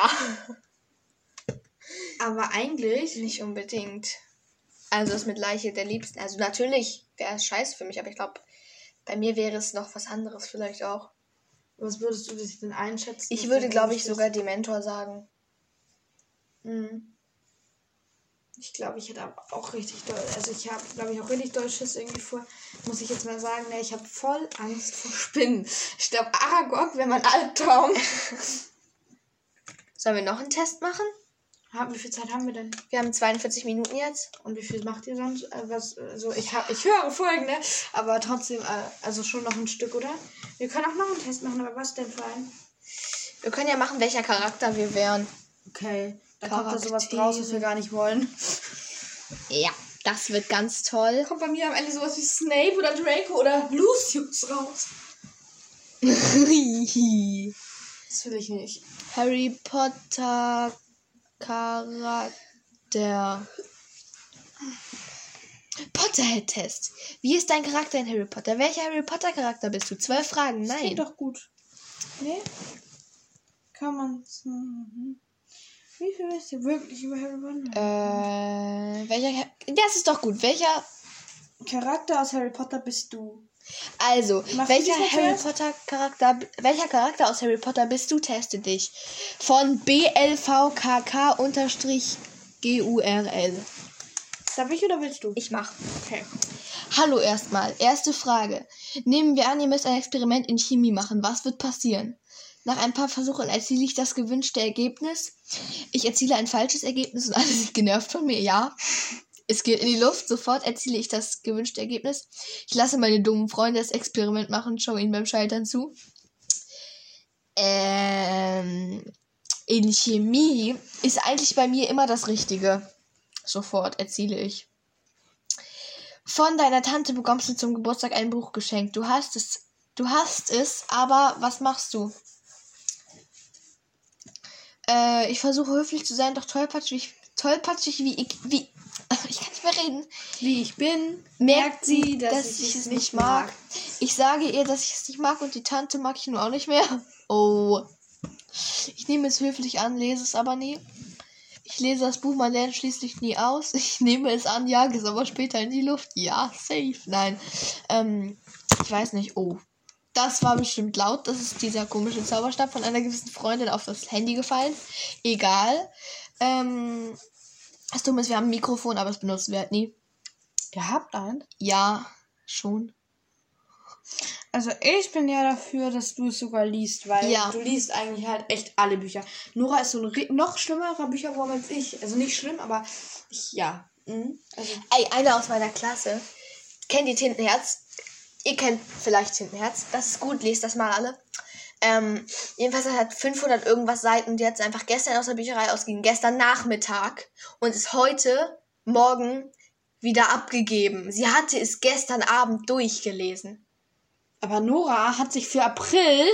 Aber eigentlich. Nicht unbedingt. Also das mit Leiche der Liebsten. Also natürlich wäre es scheiße für mich, aber ich glaube, bei mir wäre es noch was anderes vielleicht auch. Was würdest du dich denn einschätzen? Ich was würde, denn glaube ich, eigentlich sogar Dementor sagen. Mhm. Ich glaube, ich hätte aber auch richtig doll, also ich habe, glaube ich, auch richtig doll Schiss irgendwie vor, muss ich jetzt mal sagen, ne, ich habe voll Angst vor Spinnen. Ich glaube, Aragog wäre mein Albtraum. Sollen wir noch einen Test machen? Wie viel Zeit haben wir denn? Wir haben zweiundvierzig Minuten jetzt. Und wie viel macht ihr sonst? Äh, was, also ich habe, ich höre Folgen, ne? Aber trotzdem, äh, also schon noch ein Stück, oder? Wir können auch noch einen Test machen, aber was denn für einen? Wir können ja machen, welcher Charakter wir wären. Okay, da kommt da sowas Charaktere. draus, was wir gar nicht wollen. Ja, das wird ganz toll. Kommt bei mir am Ende sowas wie Snape oder Draco oder Lucius raus. Das will ich nicht. Harry Potter Charakter. Potterhead-Test. Wie ist dein Charakter in Harry Potter? Welcher Harry Potter Charakter bist du? Zwölf Fragen. Das Nein. geht doch gut. Nee? Kann man. Mhm. Wie viel wisst ihr wirklich über Harry Potter? Äh, welcher. Das ist doch gut. Welcher. Charakter aus Harry Potter bist du? Also, Mach welcher du diesmal Harry zuerst? Potter Charakter. Welcher Charakter aus Harry Potter bist du? Teste dich. Von B L V K K G U R L. Darf ich oder willst du? Ich mach. Okay. Hallo erstmal. Erste Frage. Nehmen wir an, ihr müsst ein Experiment in Chemie machen. Was wird passieren? Nach ein paar Versuchen erziele ich das gewünschte Ergebnis. Ich erziele ein falsches Ergebnis und alle sind genervt von mir. Ja. Es geht in die Luft. Sofort erziele ich das gewünschte Ergebnis. Ich lasse meine dummen Freunde das Experiment machen. Schau ihnen beim Scheitern zu. Ähm, in Chemie ist eigentlich bei mir immer das Richtige. Sofort erziele ich. Von deiner Tante bekommst du zum Geburtstag ein Buch geschenkt. Du hast es, du hast es, aber was machst du? Äh, ich versuche höflich zu sein, doch tollpatschig, tollpatschig wie ich, wie, ich kann nicht mehr reden. Wie ich bin, Merkt sie, dass, dass ich es nicht mag. mag. Ich sage ihr, dass ich es nicht mag und die Tante mag ich nun auch nicht mehr. Oh. Ich nehme es höflich an, lese es aber nie. Ich lese das Buch, man lernt schließlich nie aus. Ich nehme es an, jage es aber später in die Luft. Ja, safe. Nein. Ähm, ich weiß nicht. Oh. Das war bestimmt laut. Das ist dieser komische Zauberstab von einer gewissen Freundin auf das Handy gefallen. Egal. Ähm, das Dumme ist, wir haben ein Mikrofon, aber das benutzen wir halt nie. Ihr habt einen? Ja, schon. Also ich bin ja dafür, dass du es sogar liest, weil Ja. du liest eigentlich halt echt alle Bücher. Nora ist so ein ri- noch schlimmerer Bücherwurm als ich. Also nicht schlimm, aber ich, ja. Mhm. Also, Ey, einer aus meiner Klasse. Kennt ihr Tintenherz? Ihr kennt vielleicht Tintenherz. Das ist gut, lest das mal alle. Ähm, jedenfalls hat er fünfhundert irgendwas Seiten. Die hat sie einfach gestern aus der Bücherei ausgegeben. Gestern Nachmittag. Und ist heute, morgen wieder abgegeben. Sie hatte es gestern Abend durchgelesen. aber Nora hat sich für April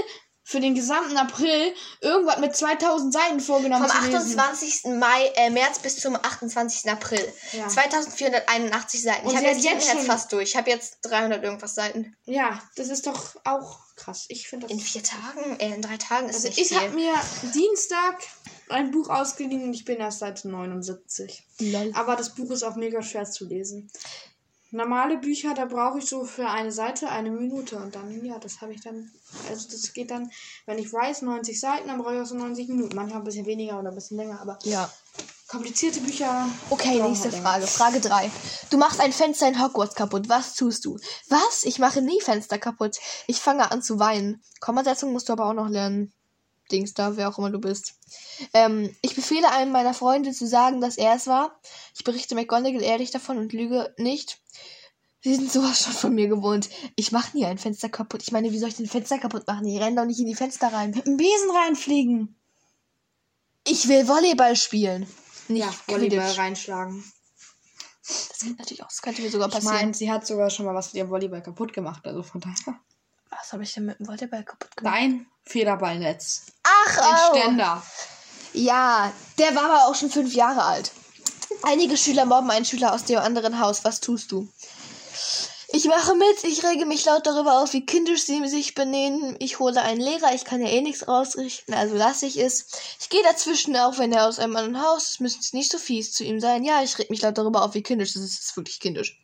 für den gesamten April irgendwas mit zweitausend Seiten vorgenommen Vom zu lesen. achtundzwanzigsten Mai, äh, März bis zum achtundzwanzigsten April. Ja. zweitausendvierhunderteinundachtzig Seiten. Und ich sie habe hat jetzt, ich jetzt bin schon- jetzt fast durch. Ich habe jetzt dreihundert irgendwas Seiten. Ja, das ist doch auch krass. Ich finde das... In vier Tagen? Äh, in drei Tagen ist Also nicht ich viel. habe mir Dienstag ein Buch ausgeliehen und ich bin erst Seite neunundsiebzig. Lol. Aber das Buch ist auch mega schwer zu lesen. Normale Bücher, da brauche ich so für eine Seite eine Minute und dann, ja, das habe ich dann, also das geht dann, wenn ich weiß, neunzig Seiten, dann brauche ich auch so neunzig Minuten. Manchmal ein bisschen weniger oder ein bisschen länger, aber Ja. komplizierte Bücher. Okay, brauchen nächste halt Frage. Frage drei. Du machst ein Fenster in Hogwarts kaputt. Was tust du? Was? Ich mache nie Fenster kaputt. Ich fange an zu weinen. Kommasetzung musst du aber auch noch lernen. Dings da, wer auch immer du bist. Ähm, ich befehle einem meiner Freunde zu sagen, dass er es war. Ich berichte McGonagall ehrlich davon und lüge nicht. Sie sind sowas schon von mir gewohnt. Ich mache nie ein Fenster kaputt. Ich meine, wie soll ich denn Fenster kaputt machen? Ich renne doch nicht in die Fenster rein. Mit einem Besen reinfliegen. Ich will Volleyball spielen. Nicht Ja, Volleyball Quidditch. reinschlagen. Das geht natürlich auch. Das könnte mir sogar Ich passieren. meine, sie hat sogar schon mal was mit ihrem Volleyball kaputt gemacht, also von daher. Was habe ich denn mit dem Volleyball kaputt gemacht? Dein Federballnetz. Ach, Den oh. Ständer. Ja, der war aber auch schon fünf Jahre alt. Einige Schüler mobben einen Schüler aus dem anderen Haus. Was tust du? Ich mache mit, ich rege mich laut darüber auf, wie kindisch sie sich benehmen. Ich hole einen Lehrer, ich kann ja eh nichts ausrichten, also lasse ich es. Ich gehe dazwischen, auch wenn er aus einem anderen Haus ist, müsste es nicht so fies zu ihm sein. Ja, ich reg mich laut darüber auf, wie kindisch das ist. Das ist wirklich kindisch.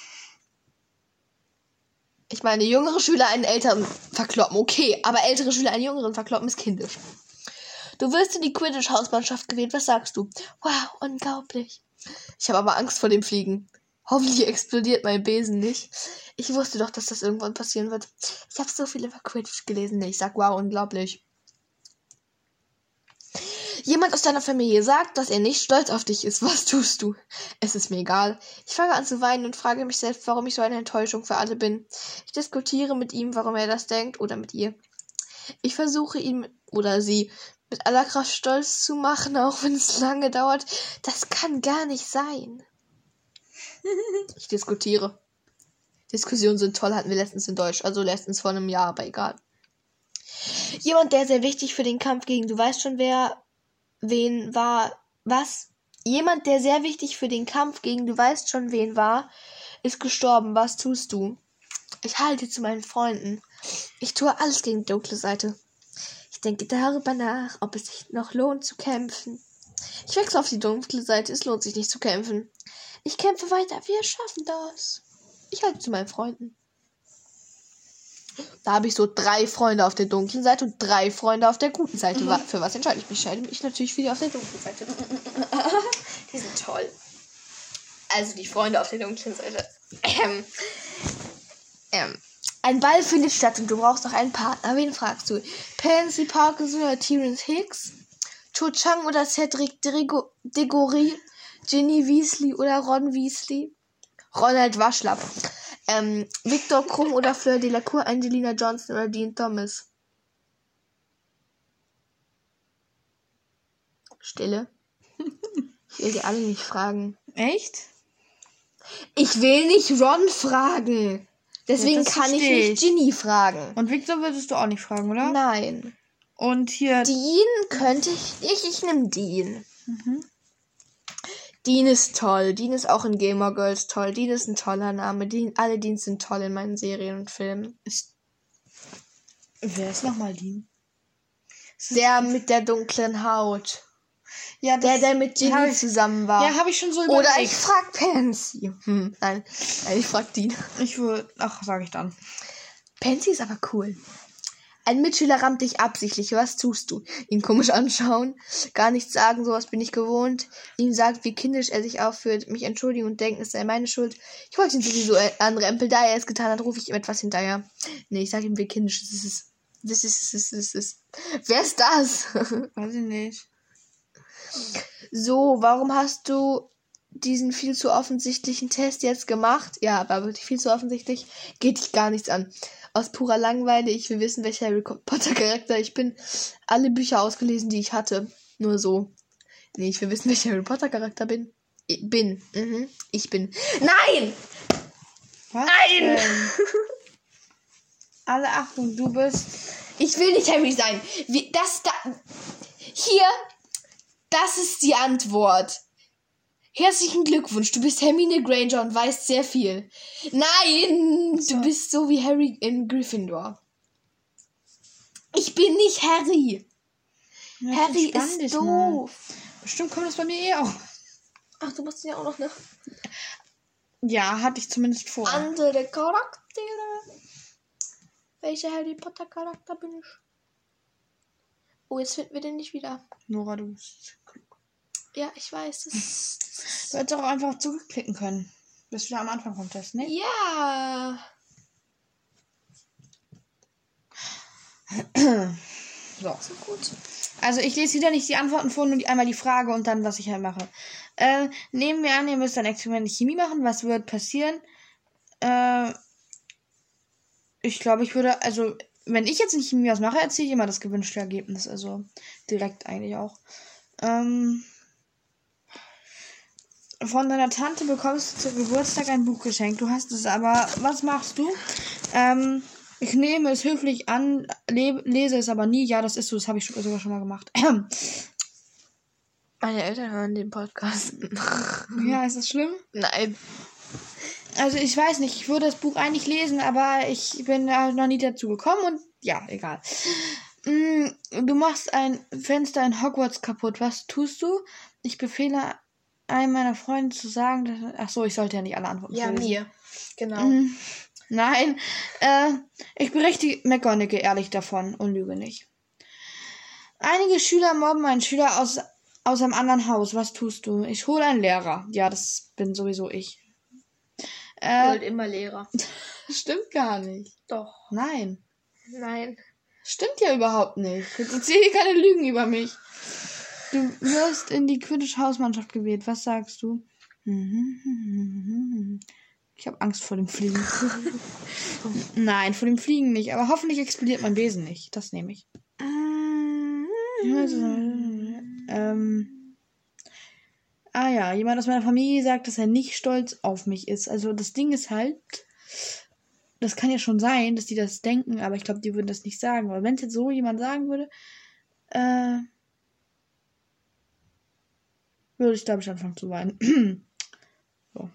Ich meine, jüngere Schüler einen älteren verkloppen, okay, aber ältere Schüler einen jüngeren verkloppen ist kindisch. Du wirst in die Quidditch-Hausmannschaft gewählt, was sagst du? Wow, unglaublich. Ich habe aber Angst vor dem Fliegen. Hoffentlich explodiert mein Besen nicht. Ich wusste doch, dass das irgendwann passieren wird. Ich habe so viel über Quidditch gelesen. Nee, ich sag, wow, unglaublich. Jemand aus deiner Familie sagt, dass er nicht stolz auf dich ist. Was tust du? Es ist mir egal. Ich fange an zu weinen und frage mich selbst, warum ich so eine Enttäuschung für alle bin. Ich diskutiere mit ihm, warum er das denkt, oder mit ihr. Ich versuche ihn oder sie mit aller Kraft stolz zu machen, auch wenn es lange dauert. Das kann gar nicht sein. Ich diskutiere. Diskussionen sind toll, hatten wir letztens in Deutsch. Also letztens vor einem Jahr, aber egal. Jemand, der sehr wichtig für den Kampf gegen, du weißt schon, wer, wen war, was? Jemand, der sehr wichtig für den Kampf gegen, du weißt schon, wen war, ist gestorben. Was tust du? Ich halte zu meinen Freunden. Ich tue alles gegen die dunkle Seite. Ich denke darüber nach, ob es sich noch lohnt zu kämpfen. Ich wechsle auf die dunkle Seite, es lohnt sich nicht zu kämpfen. Ich kämpfe weiter, wir schaffen das. Ich halte zu meinen Freunden. Da habe ich so drei Freunde auf der dunklen Seite und drei Freunde auf der guten Seite. Mhm. Für was entscheide ich mich? Entscheide mich natürlich für die auf der dunklen Seite. Die sind toll. Also die Freunde auf der dunklen Seite. Ähm. Ähm. Ein Ball findet statt und du brauchst noch einen Partner. Wen fragst du? Pansy Parkinson oder Terence Hicks? Cho Chang oder Cedric Diggory? Ginny Weasley oder Ron Weasley? Ronald Waschlapp. Ähm, Victor Krumm oder Fleur Delacour? Angelina Johnson oder Dean Thomas? Stille. Ich will die alle nicht fragen. Echt? Ich will nicht Ron fragen. Deswegen Ja, kann ich versteh nicht Ginny fragen. Und Victor würdest du auch nicht fragen, oder? Nein. Und hier... Dean könnte ich nicht. Ich nehme Dean. Mhm. Dean ist toll. Dean ist auch in Gamer Girls toll. Dean ist ein toller Name. Dean, alle Deans sind toll in meinen Serien und Filmen. Ist... Wer ist nochmal Dean? Der mit der dunklen Haut. Ja, Der, das- der mit Ginny hab ich- zusammen war. Ja, habe ich schon so überlegt. Oder ich frag Pansy. Hm, nein. nein, ich frag Dean. Ich würde... Ach, sage ich dann. Pansy ist aber cool. Ein Mitschüler rammt dich absichtlich. Was tust du? Ihn komisch anschauen, gar nichts sagen, sowas bin ich gewohnt. Ihm sagt, wie kindisch er sich aufführt, mich entschuldigen und denken, es sei meine Schuld. Ich wollte ihn sowieso anrempeln, da er es getan hat, rufe ich ihm etwas hinterher. Nee, ich sage ihm, wie kindisch es ist. Das ist, das ist, das ist. Wer ist das? Weiß ich nicht. So, warum hast du diesen viel zu offensichtlichen Test jetzt gemacht? Ja, war wirklich viel zu offensichtlich. Geht dich gar nichts an. Aus purer Langeweile, ich will wissen, welcher Harry Potter Charakter ich bin. Alle Bücher ausgelesen, die ich hatte. Nur so. Nee, ich will wissen, welcher Harry Potter Charakter bin. Ich bin. Mhm. Ich bin. Nein! Was Nein! denn? Alle Achtung, du bist... Ich will nicht Harry sein. Wie, das da... Hier, das ist die Antwort. Herzlichen Glückwunsch, du bist Hermine Granger und weißt sehr viel. Nein, so. Du bist so wie Harry in Gryffindor. Ich bin nicht Harry. Ja, Harry ist doof. Mal. Bestimmt kommt das bei mir eh auch. Ach, du musst ja auch noch eine... Ja, hatte ich zumindest vor. Andere Charaktere. Welcher Harry Potter Charakter bin ich? Oh, jetzt finden wir den nicht wieder. Nora, du bist klug. Ja, ich weiß. Das, das du hättest auch einfach zurückklicken können. Bis wieder am Anfang vom Test, ne? Ja. So. So gut. Also ich lese wieder nicht die Antworten vor, nur die, einmal die Frage und dann, was ich halt mache. Äh, nehmen wir an, ihr müsst ein Experiment in Chemie machen. Was wird passieren? Äh, ich glaube, ich würde, also, wenn ich jetzt in Chemie was mache, erzähle ich immer das gewünschte Ergebnis. Also, direkt eigentlich auch. Ähm, von deiner Tante bekommst du zu Geburtstag ein Buch geschenkt. Du hast es aber, was machst du? Ähm, ich nehme es höflich an, le- lese es aber nie. Ja, das ist so, das habe ich sogar schon mal gemacht. Meine Eltern hören den Podcast. Ja, ist das schlimm? Nein. Also ich weiß nicht, ich würde das Buch eigentlich lesen, aber ich bin da noch nie dazu gekommen und ja, egal. Du machst ein Fenster in Hogwarts kaputt. Was tust du? Ich befehle einem meiner Freunde zu sagen, dass... Ach so, ich sollte ja nicht alle Antworten Ja, vorlesen. mir. Genau. Mm, nein, äh, ich berichte McGonagall ehrlich davon und lüge nicht. Einige Schüler mobben einen Schüler aus, aus einem anderen Haus. Was tust du? Ich hole einen Lehrer. Ja, das bin sowieso ich. Äh, ihr wollt immer Lehrer. Stimmt gar nicht. Doch. Nein. Nein. Stimmt ja überhaupt nicht. Jetzt erzähl dir keine Lügen über mich. Du wirst in die Quidditch-Hausmannschaft gewählt. Was sagst du? Ich habe Angst vor dem Fliegen. Nein, vor dem Fliegen nicht. Aber hoffentlich explodiert mein Besen nicht. Das nehme ich. ähm... Ah ja, jemand aus meiner Familie sagt, dass er nicht stolz auf mich ist. Also das Ding ist halt, das kann ja schon sein, dass die das denken, aber ich glaube, die würden das nicht sagen. Aber wenn es jetzt so jemand sagen würde, äh, würde ich, glaube ich, anfangen zu weinen. So.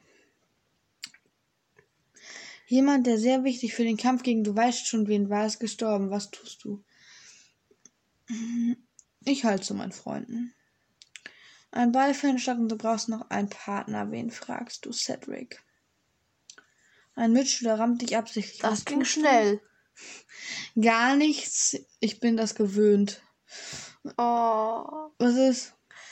Jemand, der sehr wichtig für den Kampf gegen du weißt schon wen war, ist gestorben. Was tust du? Ich halte zu meinen Freunden. Ein Ball findet statt und du brauchst noch einen Partner. Wen fragst du? Cedric. Ein Mitschüler rammt dich absichtlich. Das Was ging schnell. Gar nichts. Ich bin das gewöhnt. Oh. Was ist?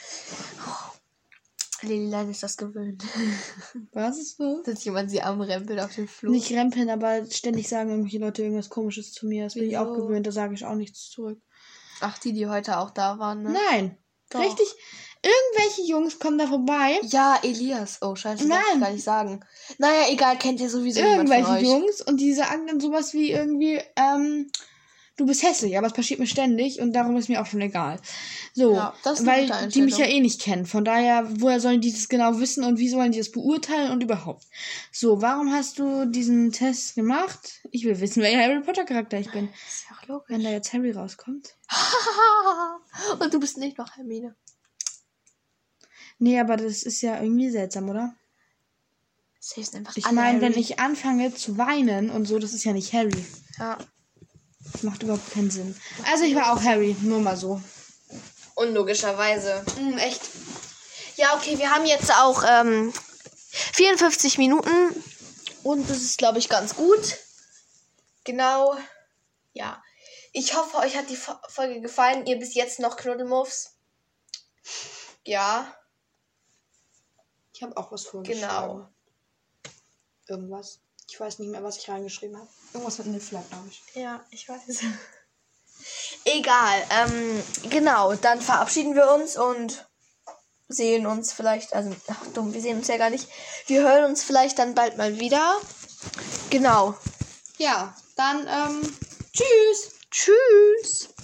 Lilian ist das gewöhnt. Was ist so? Dass jemand sie anrempelt auf dem Flur. Nicht rempeln, aber ständig sagen irgendwelche Leute irgendwas Komisches zu mir. Das bin Wieso? Ich auch gewöhnt. Da sage ich auch nichts zurück. Ach, die, die heute auch da waren, ne? Nein. Doch. Richtig. Irgendwelche Jungs kommen da vorbei. Ja, Elias. Oh, scheiße, das darf ich gar nicht sagen. Naja, egal, kennt ihr sowieso irgendwelche jemand von euch. Jungs und die sagen dann sowas wie irgendwie, ähm, du bist hässlich, aber es passiert mir ständig und darum ist mir auch schon egal. So, ja, weil die mich ja eh nicht kennen. Von daher, woher sollen die das genau wissen und wie sollen die das beurteilen und überhaupt? So, warum hast du diesen Test gemacht? Ich will wissen, welcher Harry Potter Charakter ich bin. Das ist ja auch logisch. Wenn da jetzt Harry rauskommt. Und du bist nicht noch Hermine. Nee, aber das ist ja irgendwie seltsam, oder? Einfach ich meine, wenn ich anfange zu weinen und so, das ist ja nicht Harry. Ja. Das macht überhaupt keinen Sinn. Also ich war auch Harry, nur mal so. Unlogischerweise. Mhm, echt. Ja, okay, wir haben jetzt auch ähm, vierundfünfzig Minuten. Und das ist, glaube ich, ganz gut. Genau. Ja. Ich hoffe, euch hat die Folge gefallen. Ihr bis jetzt noch Knuddelmuffs. Ja. Ich habe auch was vorgeschrieben. Genau. Irgendwas. Ich weiß nicht mehr, was ich reingeschrieben habe. Irgendwas mit Niffler, glaube ich. Ja, ich weiß. Egal. Ähm, genau, dann verabschieden wir uns und sehen uns vielleicht, also, ach dumm, wir sehen uns ja gar nicht. Wir hören uns vielleicht dann bald mal wieder. Genau. Ja, dann, ähm, tschüss. Tschüss.